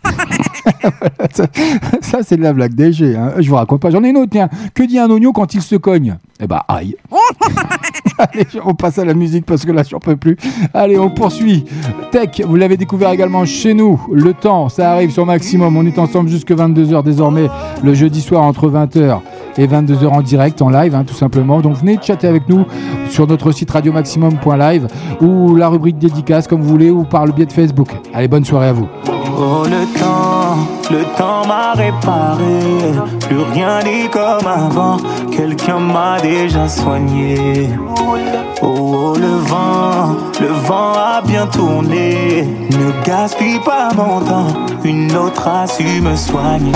ça, ça, c'est de la blague D G, hein. Je vous raconte pas. J'en ai une autre, tiens. Que dit un oignon quand il se cogne? Eh ben, aïe. Allez, on passe à la musique parce que là, j'en peux plus. Allez, on poursuit. Tech, vous l'avez découvert également chez nous. Le temps, ça arrive sur Maximum. On est ensemble jusque vingt-deux heures désormais, le jeudi soir entre vingt heures et vingt-deux heures en direct, en live, hein, tout simplement. Donc venez chatter avec nous sur notre site radio maximum point live ou la rubrique dédicace comme vous voulez, ou par le biais de Facebook. Allez, bonne soirée à vous. Oh le temps, le temps m'a réparé, plus rien n'est comme avant, quelqu'un m'a déjà soigné. Oh, oh le vent, le vent a bien tourné, ne gaspille pas mon temps, une autre a su me soigner.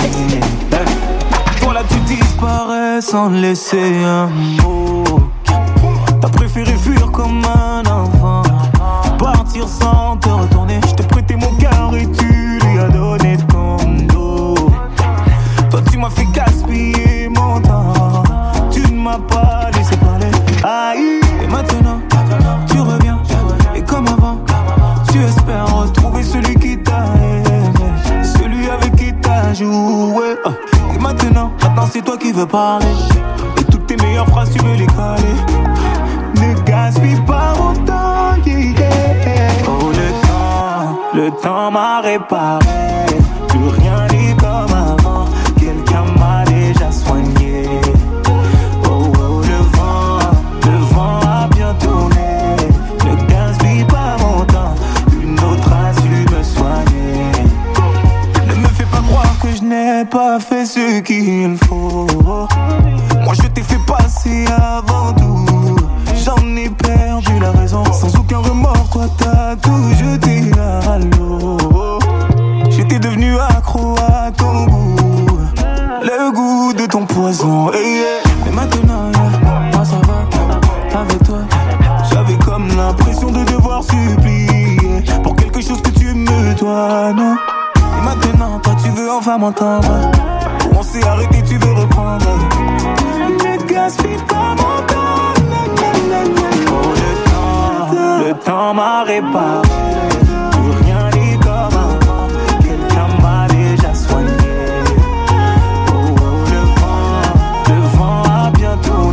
Toi là tu disparais sans laisser un mot, t'as préféré fuir comme un enfant, partir sans te retourner. Je t'ai prêté mon cœur et tu lui as donné ton dos. Toi tu m'as fait gaspiller mon temps, tu ne m'as pas laissé parler. Aïe, et maintenant tu reviens, et comme avant tu espères retrouver celui qui t'a aimé, celui avec qui t'as joué. Et maintenant, maintenant c'est toi qui veux parler, et toutes tes meilleures phrases tu veux les caler. Ne gaspille pas mon temps, yeah, yeah. Oh le temps, le temps m'a réparé, plus rien n'est comme avant, quelqu'un m'a déjà soigné. Oh, oh le vent, le vent a bien tourné, ne gaspille pas mon temps, une autre a su me soigner. Ne me fais pas croire que je n'ai pas fait ce qu'il faut, moi je t'ai fait passer avant tout, j'en ai perdu la raison, sans aucun remords, toi t'as tout jeté à l'eau. J'étais devenu accro à ton goût, le goût de ton poison, hey, yeah. Et maintenant, yeah, moi ça va, avec toi, j'avais comme l'impression de devoir supplier pour quelque chose que tu me dois, non. Et maintenant, toi tu veux enfin m'entendre, on s'est arrêté, tu veux reprendre. Ne gaspille pas mon temps. Oh le temps, le temps m'a réparé, plus rien n'est comme avant, quelqu'un m'a déjà soigné. Oh, oh le vent, le vent a bien tourné.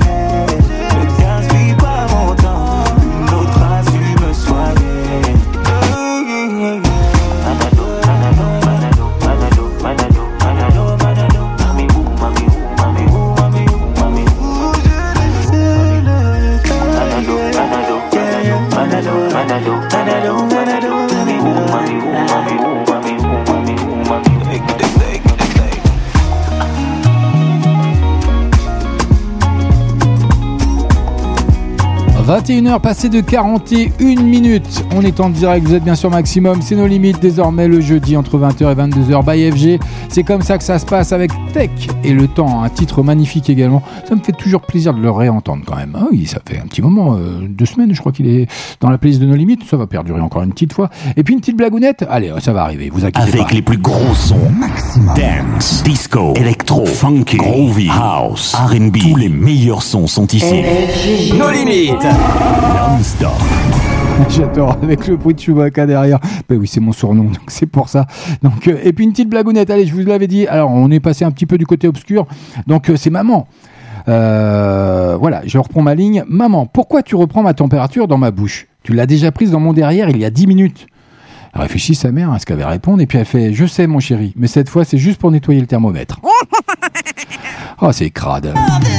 vingt et une heures passées de quarante et une minutes. On est en direct, vous êtes bien sûr Maximum, c'est nos limites désormais le jeudi entre vingt heures et vingt-deux heures by F G. C'est comme ça que ça se passe avec Tech et le temps, un titre magnifique également. Ça me fait toujours plaisir de le réentendre quand même. Ah oui, ça fait un petit moment, euh, deux semaines je crois qu'il est dans la playlist de nos limites, ça va perdurer encore une petite fois. Et puis une petite blagounette, allez, ça va arriver, vous inquiétez avec pas. Avec les plus gros sons, Maximum. Dance, disco, électro, funky, groovy, house, R and B, tous les meilleurs sons sont ici. Nos limites. Non-stop. J'adore, avec le bruit de Chewbacca derrière. Ben oui, c'est mon surnom, donc c'est pour ça. Donc, euh, et puis une petite blagounette, allez, je vous l'avais dit. Alors, on est passé un petit peu du côté obscur. Donc, euh, c'est maman. Euh, voilà, je reprends ma ligne. Maman, pourquoi tu reprends ma température dans ma bouche ? Tu l'as déjà prise dans mon derrière il y a dix minutes. Elle réfléchit sa mère à ce qu'elle va répondre et puis elle fait « Je sais mon chéri, mais cette fois c'est juste pour nettoyer le thermomètre. » Oh, c'est crade.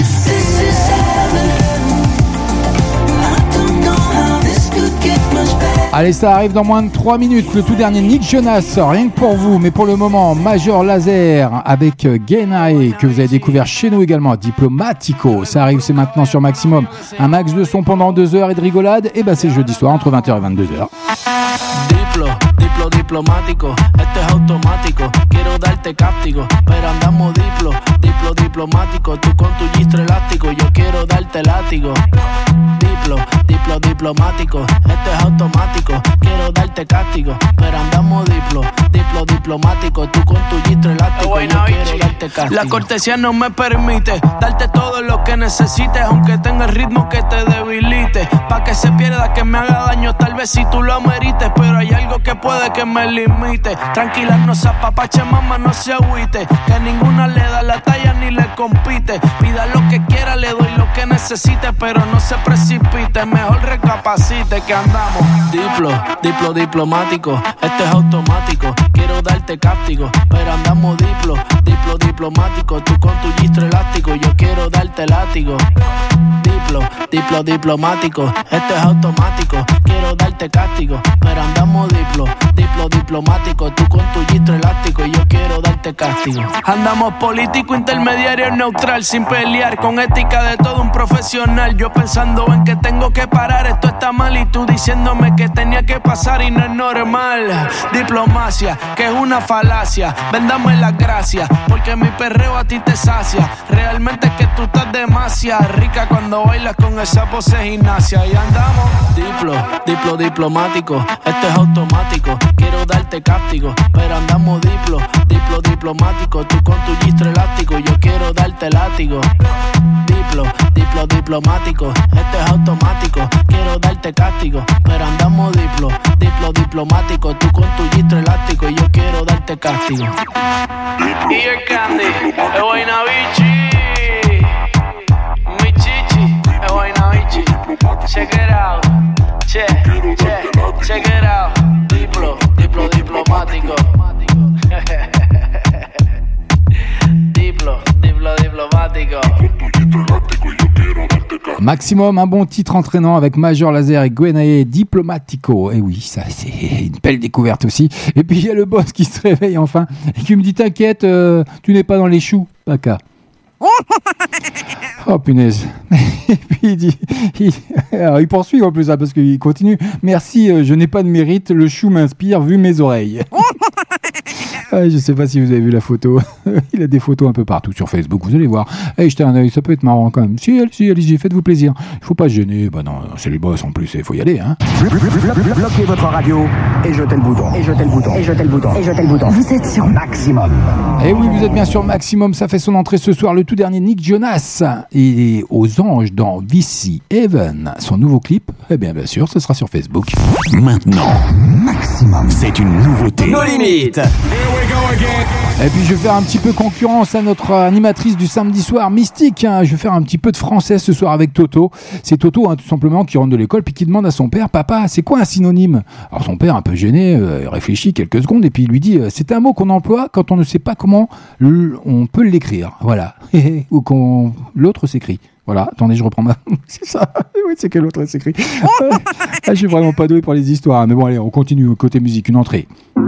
Allez, ça arrive dans moins de trois minutes. Le tout dernier Nick Jonas, rien que pour vous. Mais pour le moment, Major Lazer avec Genae, que vous avez découvert chez nous également. Diplomatico, ça arrive, c'est maintenant sur Maximum. Un max de son pendant deux heures et de rigolade. Et bah, c'est jeudi soir entre vingt heures et vingt-deux heures. Diplo, diplo diplomático, esto es automático. Quiero darte castigo, pero andamos diplo, diplo diplomático. Tú con tu gistro elástico, yo quiero darte látigo. Diplo, diplo diplomático, esto es automático. Quiero darte castigo, pero andamos diplo, diplo diplomático. Tú con tu gistro elástico, yo quiero darte castigo. La cortesía no me permite darte todo lo que necesites, aunque tenga el ritmo que te debilite. Pa' que se pierda, que me haga daño, tal vez si tú lo amerites, pero hay algo que puede que me limite. Tranquila, no se apapache, mamá, no se agüite, que ninguna le da la talla ni le compite. Pida lo que quiera, le doy lo que necesite, pero no se precipite, mejor recapacite que andamos. Diplo, diplo diplomático, esto es automático. Quiero darte castigo, pero andamos diplo, diplo diplomático. Tú con tu gistro elástico, yo quiero darte látigo. Diplo, diplo diplomático, esto es automático. Quiero darte castigo, pero andamos diplo, diplo diplomático. Tú con tu gistro elástico, yo quiero darte castigo. Andamos político, intermediario, neutral, sin pelear, con ética de todo un profesional. Yo pensando en que tengo que parar, esto está mal, y tú diciéndome que tenía que pasar y no es normal. Diplomacia, que es una falacia, vendame las gracias, porque mi perreo a ti te sacia. Realmente es que tú estás demasiado rica cuando bailas con esa pose gimnasia. Y andamos diplo, diplo diplomático, esto es automático. Quiero darte castigo, pero andamos diplo, diplo diplomático. Tú con tu gistro elástico, yo quiero darte látigo. Diplo, diplo diplomático, esto es automático. Quiero darte castigo, pero andamos diplo, diplo diplomático. Tú con tu gistro elástico, yo quiero darte castigo. Y el candy, el Guaynabichi, mi chichi, el Guaynabichi. Check it out, che, che, check it out. Diplo, diplo diplomático. Diplo, diplo diplomático. Maximum, un bon titre entraînant avec Major Lazer et Genae, Diplomatico. Et oui, ça c'est une belle découverte aussi. Et puis il y a le boss qui se réveille enfin et qui me dit t'inquiète, euh, tu n'es pas dans les choux, Paca. Oh punaise. Et puis il dit, il, alors il poursuit en plus, hein, parce qu'il continue. Merci, euh, je n'ai pas de mérite, le chou m'inspire vu mes oreilles. Ah, je sais pas si vous avez vu la photo. Il a des photos un peu partout sur Facebook, vous allez voir. Hey, jetez un œil, ça peut être marrant quand même. Si, allez-y, allez-y, faites-vous plaisir. Il faut pas se gêner. Bah non, c'est le boss en plus, il faut y aller, hein. Bloquez votre radio et jetez le bouton. Et jetez le bouton. Et jetez le bouton. Et jetez le bouton. Vous êtes sur Maximum. Et oui, vous êtes bien sur Maximum. Ça fait son entrée ce soir, le tout dernier Nick Jonas. Et aux anges dans V C Heaven. Son nouveau clip, eh bien, bien sûr, ce sera sur Facebook. Maintenant, Maximum, c'est une nouveauté. Nos limites. Et puis je vais faire un petit peu concurrence à notre animatrice du samedi soir, Mystique. Hein. Je vais faire un petit peu de français ce soir avec Toto. C'est Toto, hein, tout simplement, qui rentre de l'école puis qui demande à son père, papa, c'est quoi un synonyme ? Alors son père, un peu gêné, euh, réfléchit quelques secondes et puis il lui dit, c'est un mot qu'on emploie quand on ne sait pas comment l- on peut l'écrire. Voilà. Ou quand l'autre s'écrit. Voilà, attendez, je reprends ma... c'est ça. Oui, c'est quel autre c'est écrit. Ah, je suis vraiment pas doué pour les histoires. Hein. Mais bon, allez, on continue. Côté musique, une entrée.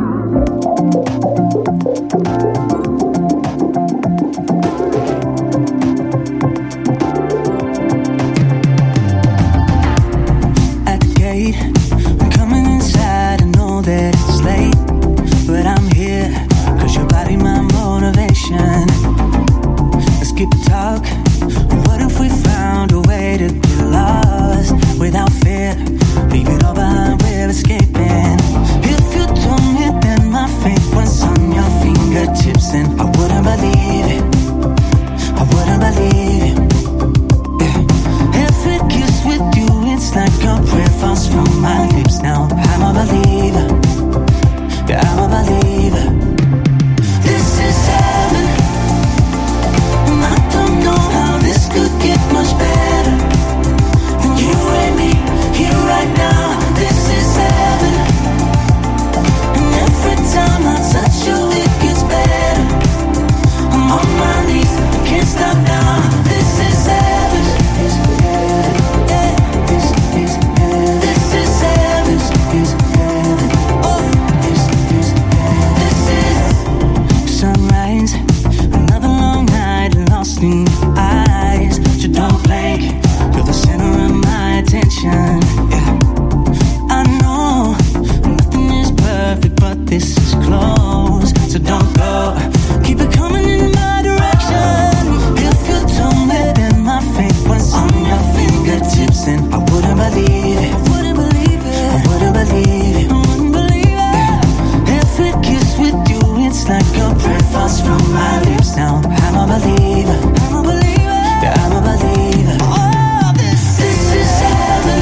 At the gate, I'm coming inside. I know that it's late, but I'm here, cause your body my motivation. Let's keep the talk. What if we found a way to get lost without fear? Leave it all behind, we're escaping. If you told me that my faith was on your fingertips, then I wouldn't believe it. I wouldn't believe it. Yeah. Every kiss with you, it's like a prayer falls from my lips. Now I'm a believer. Yeah, I'm a believer. This is heaven. I don't know how this could get much better than you and me here right now. This is heaven, and every time I touch you, it gets better. I'm on my knees, I can't stop now. This is heaven. Yeah, this is heaven. This is heaven. This is heaven. Oh, this is heaven. This is sunrise. Another long night lost in your eyes. So don't blink, you're the center of my attention. Yeah, I know nothing is perfect, but this is close. So don't go, keep it coming in my direction. If you told me that my faith was on your fingertips, then I wouldn't believe it. I wouldn't believe it. I wouldn't believe it. I wouldn't believe it. Yeah. Every kiss with you, it's like a prayer falls from my lips. Now I'm a believer. I'm a believer. Yeah, I'm a believer. Oh, this, this is heaven.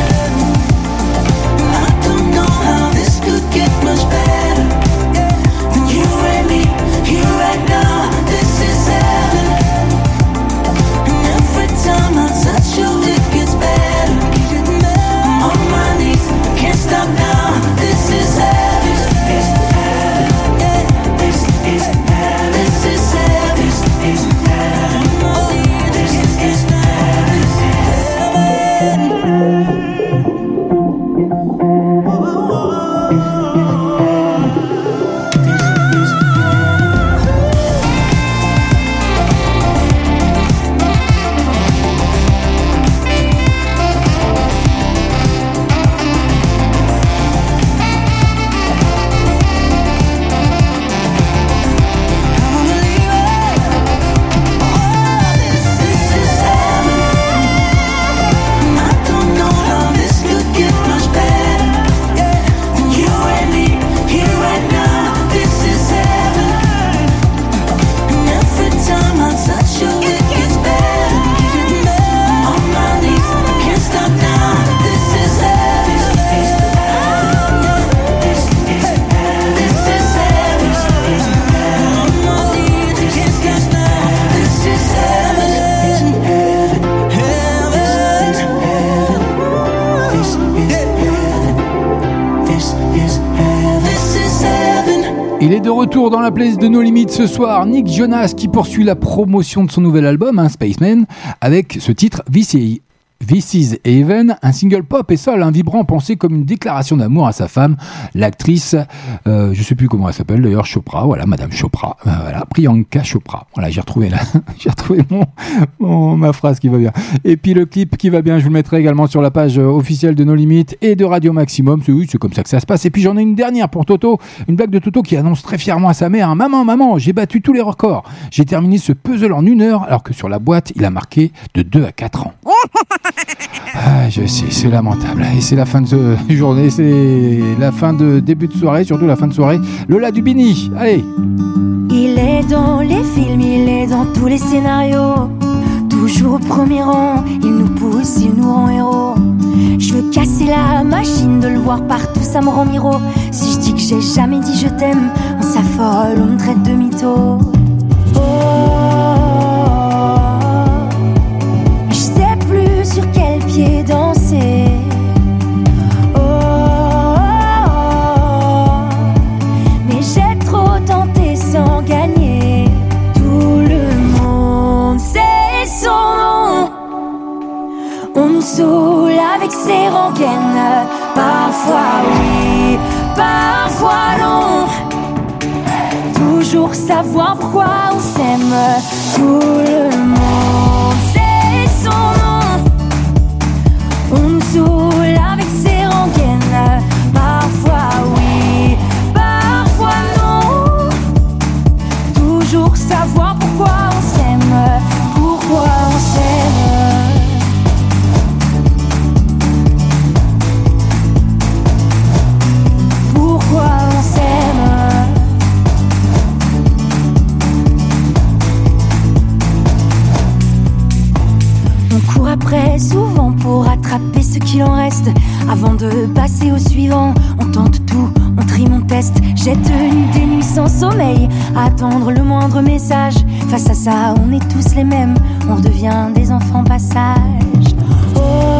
I don't know how this could get much better than you and me here right now. This is heaven, and every time I touch you, it gets better. I'm on my knees, I can't stop now. This is heaven. This is heaven. Yeah, this is heaven. This is heaven. This is heaven. Oh, this is heaven. Il est de retour dans la place de No Limit ce soir. Nick Jonas qui poursuit la promotion de son nouvel album, hein, Spaceman, avec ce titre This is, This is Heaven, un single pop et soul, un vibrant pensé comme une déclaration d'amour à sa femme, l'actrice, euh, je sais plus comment elle s'appelle d'ailleurs, Chopra, voilà, Madame Chopra, euh, voilà, Priyanka Chopra. Voilà, j'ai retrouvé là, j'ai retrouvé mon, mon, ma phrase qui va bien. Et puis le clip qui va bien, je vous le mettrai également sur la page officielle de No Limit et de Radio Maximum. C'est oui, c'est comme ça que ça se passe. Et puis j'en ai une dernière pour Toto, une blague de Toto qui annonce très fièrement à sa mère, hein, maman, maman, j'ai battu tous les records. J'ai terminé ce puzzle en une heure, alors que sur la boîte, il a marqué de deux à quatre ans. Ah, je sais, c'est lamentable. Et c'est la fin de ce journée, c'est la fin de début de soirée, surtout la fin de soirée. Lola Dubini, allez. Il est dans les films, il est dans tous les scénarios. Toujours au premier rang, il nous pousse, il nous rend héros. Je veux casser la machine, de le voir partout, ça me rend miro. Si je dis que j'ai jamais dit je t'aime, on s'affole, on me traite de mytho. Oh, je sais plus sur quel pied danser. Oh, mais j'ai trop tenté sans gagner. Tout le monde sait son nom. savoir pourquoi on s'aime. Tout le monde sait son nom. On nous saoule avec ses rengaines. Parfois oui, parfois non. Toujours savoir pourquoi on s'aime. Pourquoi on s'aime. Pourquoi on s'aime. On court après souvent pour attraper ce qu'il en reste. Avant de passer au suivant, on tente tout, on trie, on teste. J'ai tenu des nuits sans sommeil, à attendre le moindre message. Face à ça, on est tous les mêmes, on redevient des enfants passage. Oh,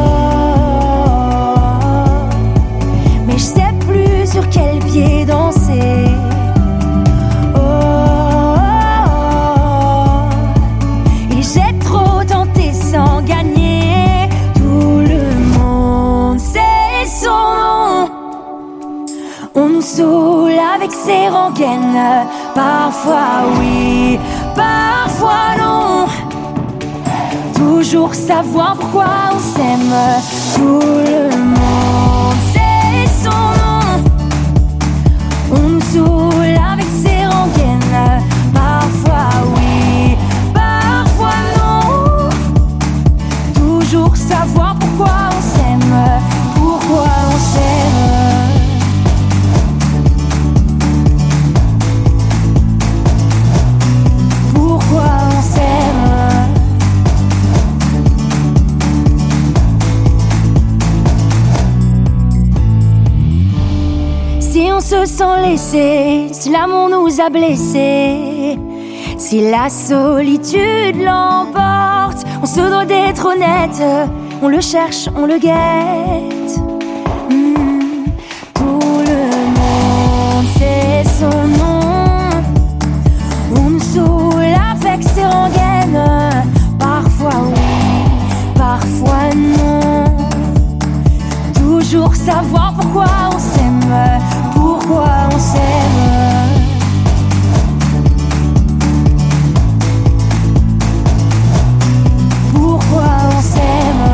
mais je sais plus sur quel pied danser. Oh, et j'ai trop tenté sans gagner. Tout le monde sait son nom. On nous saoule avec ses rengaines. Parfois oui, parfois non. Toujours savoir pourquoi on s'aime. Tout le monde sait son nom. On nous saoule avec ses rengaines. Parfois oui, parfois non. Toujours savoir pourquoi on s'aime. Pourquoi on s'aime. Pourquoi on s'aime. Si on se sent laissé, si l'amour nous a blessés, si la solitude l'emporte, on se doit d'être honnête. On le cherche, on le guette. Mmh. Tout le monde sait son nom. On nous saoule avec ses rengaines. Parfois oui, parfois non. Toujours savoir pourquoi on s'aime. Pourquoi on s'aime. Pourquoi on s'aime.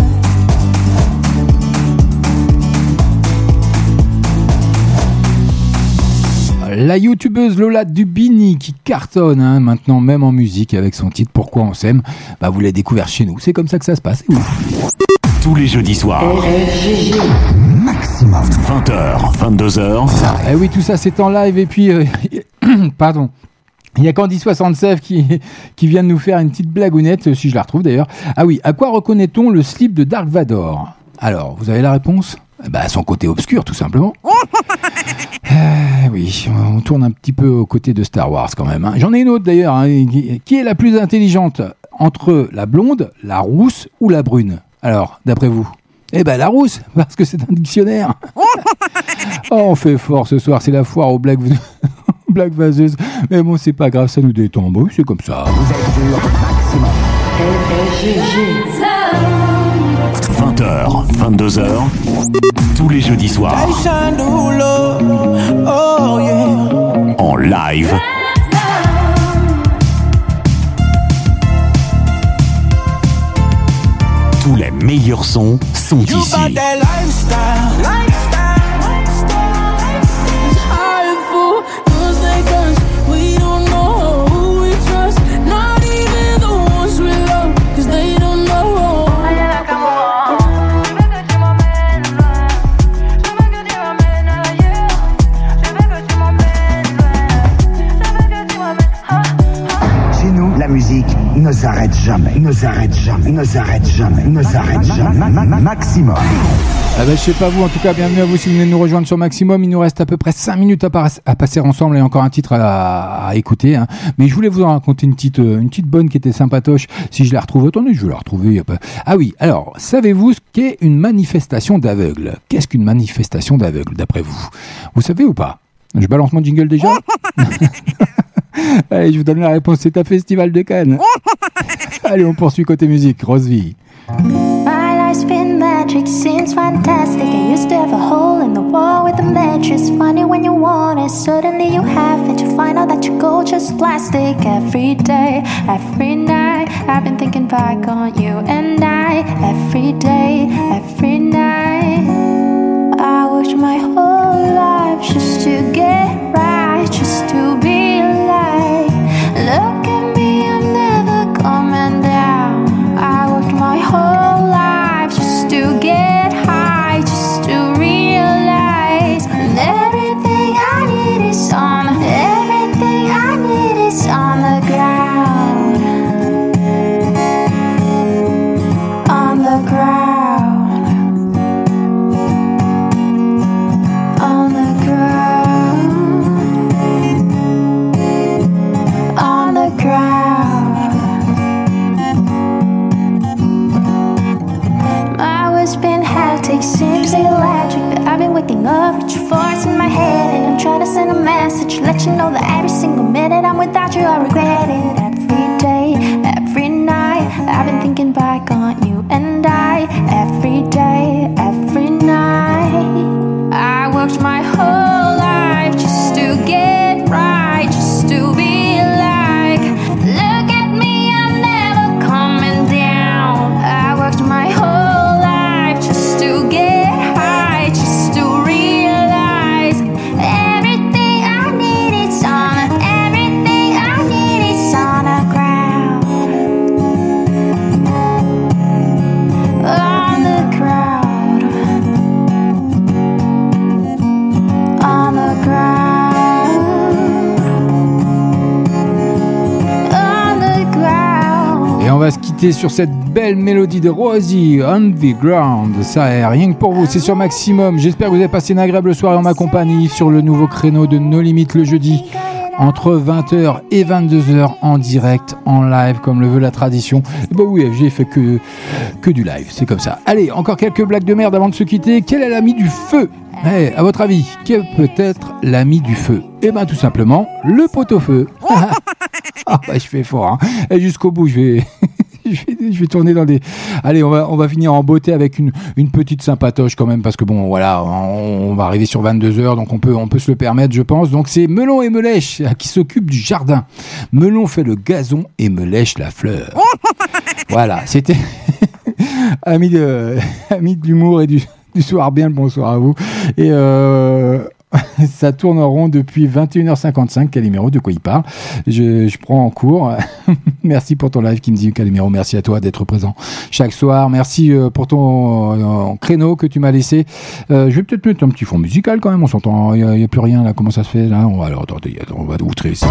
La youtubeuse Lola Dubini qui cartonne hein, maintenant même en musique avec son titre Pourquoi on s'aime. Bah vous l'avez découvert chez nous, c'est comme ça que ça se passe. Tous les jeudis soirs. Maximum. vingt heures, vingt-deux heures. Eh oui, tout ça c'est en live et puis euh, pardon. Il y a Candy soixante-sept qui, qui vient de nous faire une petite blagounette, si je la retrouve d'ailleurs. Ah oui, à quoi reconnaît-on le slip de Dark Vador? Alors, vous avez la réponse? Bah, à son côté obscur, tout simplement. euh, oui, on tourne un petit peu aux côtés de Star Wars quand même. Hein. J'en ai une autre d'ailleurs. Hein. Qui est la plus intelligente entre la blonde, la rousse ou la brune? Alors, d'après vous? Eh ben la rousse, parce que c'est un dictionnaire. Oh, on fait fort ce soir, c'est la foire aux blagues, blagues vaseuses. Mais bon, c'est pas grave, ça nous détend. Bon, c'est comme ça. Vous êtes sur Maximum. vingt heures, vingt-deux heures, tous les jeudis soirs. En live. Tous les meilleurs sons sont ici. La musique ne s'arrête jamais, ne s'arrête jamais, ne s'arrête jamais, ne s'arrête jamais. Maximum. Ah ben, je sais pas vous, en tout cas, bienvenue à vous si vous venez de nous rejoindre sur Maximum. Il nous reste à peu près cinq minutes à, par- à passer ensemble et encore un titre à, à écouter. Hein. Mais je voulais vous en raconter une petite, une petite bonne qui était sympatoche. Si je la retrouve, attendez, je vais la retrouver. Y a pas... Ah oui, alors, savez-vous ce qu'est une manifestation d'aveugle? Qu'est-ce qu'une manifestation d'aveugle, d'après vous? Vous savez ou pas? Je balance mon jingle déjà? Allez, je vous donne la réponse, c'est un festival de Cannes. Allez, on poursuit côté musique, Roseville. My life's been magic, seems fantastic. I used to have a hole in the wall with a mattress. Funny when when you want it, suddenly you have it. You find out that your gold just plastic. Every day, every night, I've been thinking back on you and I. Every day, every night, I worked my whole life just to get right, just to be like. Look at me, I'm never coming down. I worked my whole life just to get high, just to realize. And everything I need is on, everything I need is on the ground. On the ground. On the ground. On the ground. My world's been hectic, seems electric, but I've been waking up with your voice in my head, and I'm trying to send a message, let you know that every single minute I'm without you, I regret it. Every day, every night, I've been thinking back on you and I. Every day, every night, I worked my whole life just to get right, just to be like. Look at me, I'm never coming down. I worked my whole life just to get high, just to realize. Everything I need is on, everything I need is on the ground. On the ground. On the ground. On the ground. Et on va se quitter sur cette belle mélodie de Rosie, On the Ground. Ça est rien que pour vous, c'est sur Maximum. J'espère que vous avez passé une agréable soirée en ma compagnie sur le nouveau créneau de No Limit le jeudi entre vingt heures et vingt-deux heures en direct, en live, comme le veut la tradition. Et bah oui, F G fait que, que du live, c'est comme ça. Allez, encore quelques blagues de merde avant de se quitter. Quel est l'ami du feu ? Eh, à votre avis, quel peut être l'ami du feu ? Eh ben tout simplement, le pot-au-feu. Ah bah je fais fort, hein. Et jusqu'au bout, je vais... Je vais, je vais tourner dans des... Allez, on va, on va finir en beauté avec une, une petite sympatoche quand même, parce que bon, voilà, on, on va arriver sur vingt-deux heures, donc on peut, on peut se le permettre, je pense. Donc c'est Melon et Melèche qui s'occupent du jardin. Melon fait le gazon et Melèche la fleur. Voilà, c'était... Amis de, amis de l'humour et du, du soir, bien le bonsoir à vous. Et... Euh... Ça tourne en rond depuis vingt et une heures cinquante-cinq. Calimero, de quoi il parle ? je, je prends en cours. Merci pour ton live, qui me dit Calimero. Merci à toi d'être présent chaque soir. Merci pour ton euh, créneau que tu m'as laissé. Euh, je vais peut-être mettre un petit fond musical quand même. On s'entend. Il n'y a, a plus rien là. Comment ça se fait là ? On va, alors, attendez, on va outrer ça.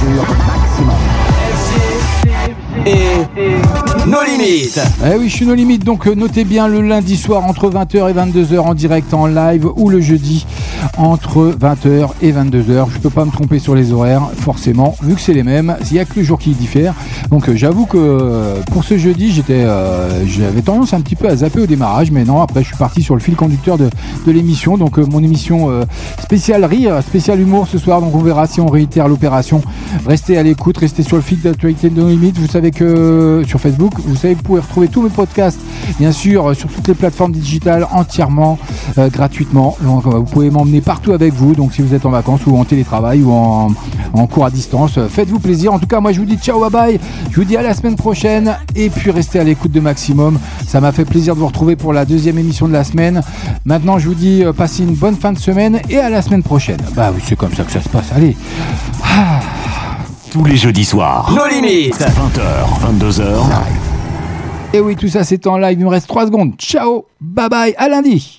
Et No Limit. Eh oui, je suis No Limit, donc notez bien le lundi soir entre vingt heures et vingt-deux heures en direct en live, ou le jeudi entre vingt heures et vingt-deux heures. Je peux pas me tromper sur les horaires, forcément, vu que c'est les mêmes. Il n'y a que le jour qui diffère. Donc euh, j'avoue que euh, pour ce jeudi, j'étais, euh, j'avais tendance un petit peu à zapper au démarrage, mais non, après je suis parti sur le fil conducteur de, de l'émission. Donc euh, mon émission euh, spéciale rire, spéciale humour ce soir. Donc on verra si on réitère l'opération. Restez à l'écoute, restez sur le fil d'actualité de No Limit. Vous savez que sur Facebook, vous savez que vous pouvez retrouver tous mes podcasts, bien sûr, sur toutes les plateformes digitales, entièrement euh, gratuitement. Donc vous pouvez m'emmener partout avec vous. Donc si vous êtes en vacances ou en télétravail ou en, en cours à distance, faites-vous plaisir. En tout cas, moi je vous dis ciao, bye bye. Je vous dis à la semaine prochaine, et puis restez à l'écoute de Maximum. Ça m'a fait plaisir de vous retrouver pour la deuxième émission de la semaine. Maintenant, je vous dis euh, passez une bonne fin de semaine et à la semaine prochaine. Bah oui, c'est comme ça que ça se passe. Allez. Ah. Tous les jeudis soirs. No Limit. vingt heures, vingt-deux heures. Et oui, tout ça c'est en live. Il me reste trois secondes. Ciao, bye bye, à lundi.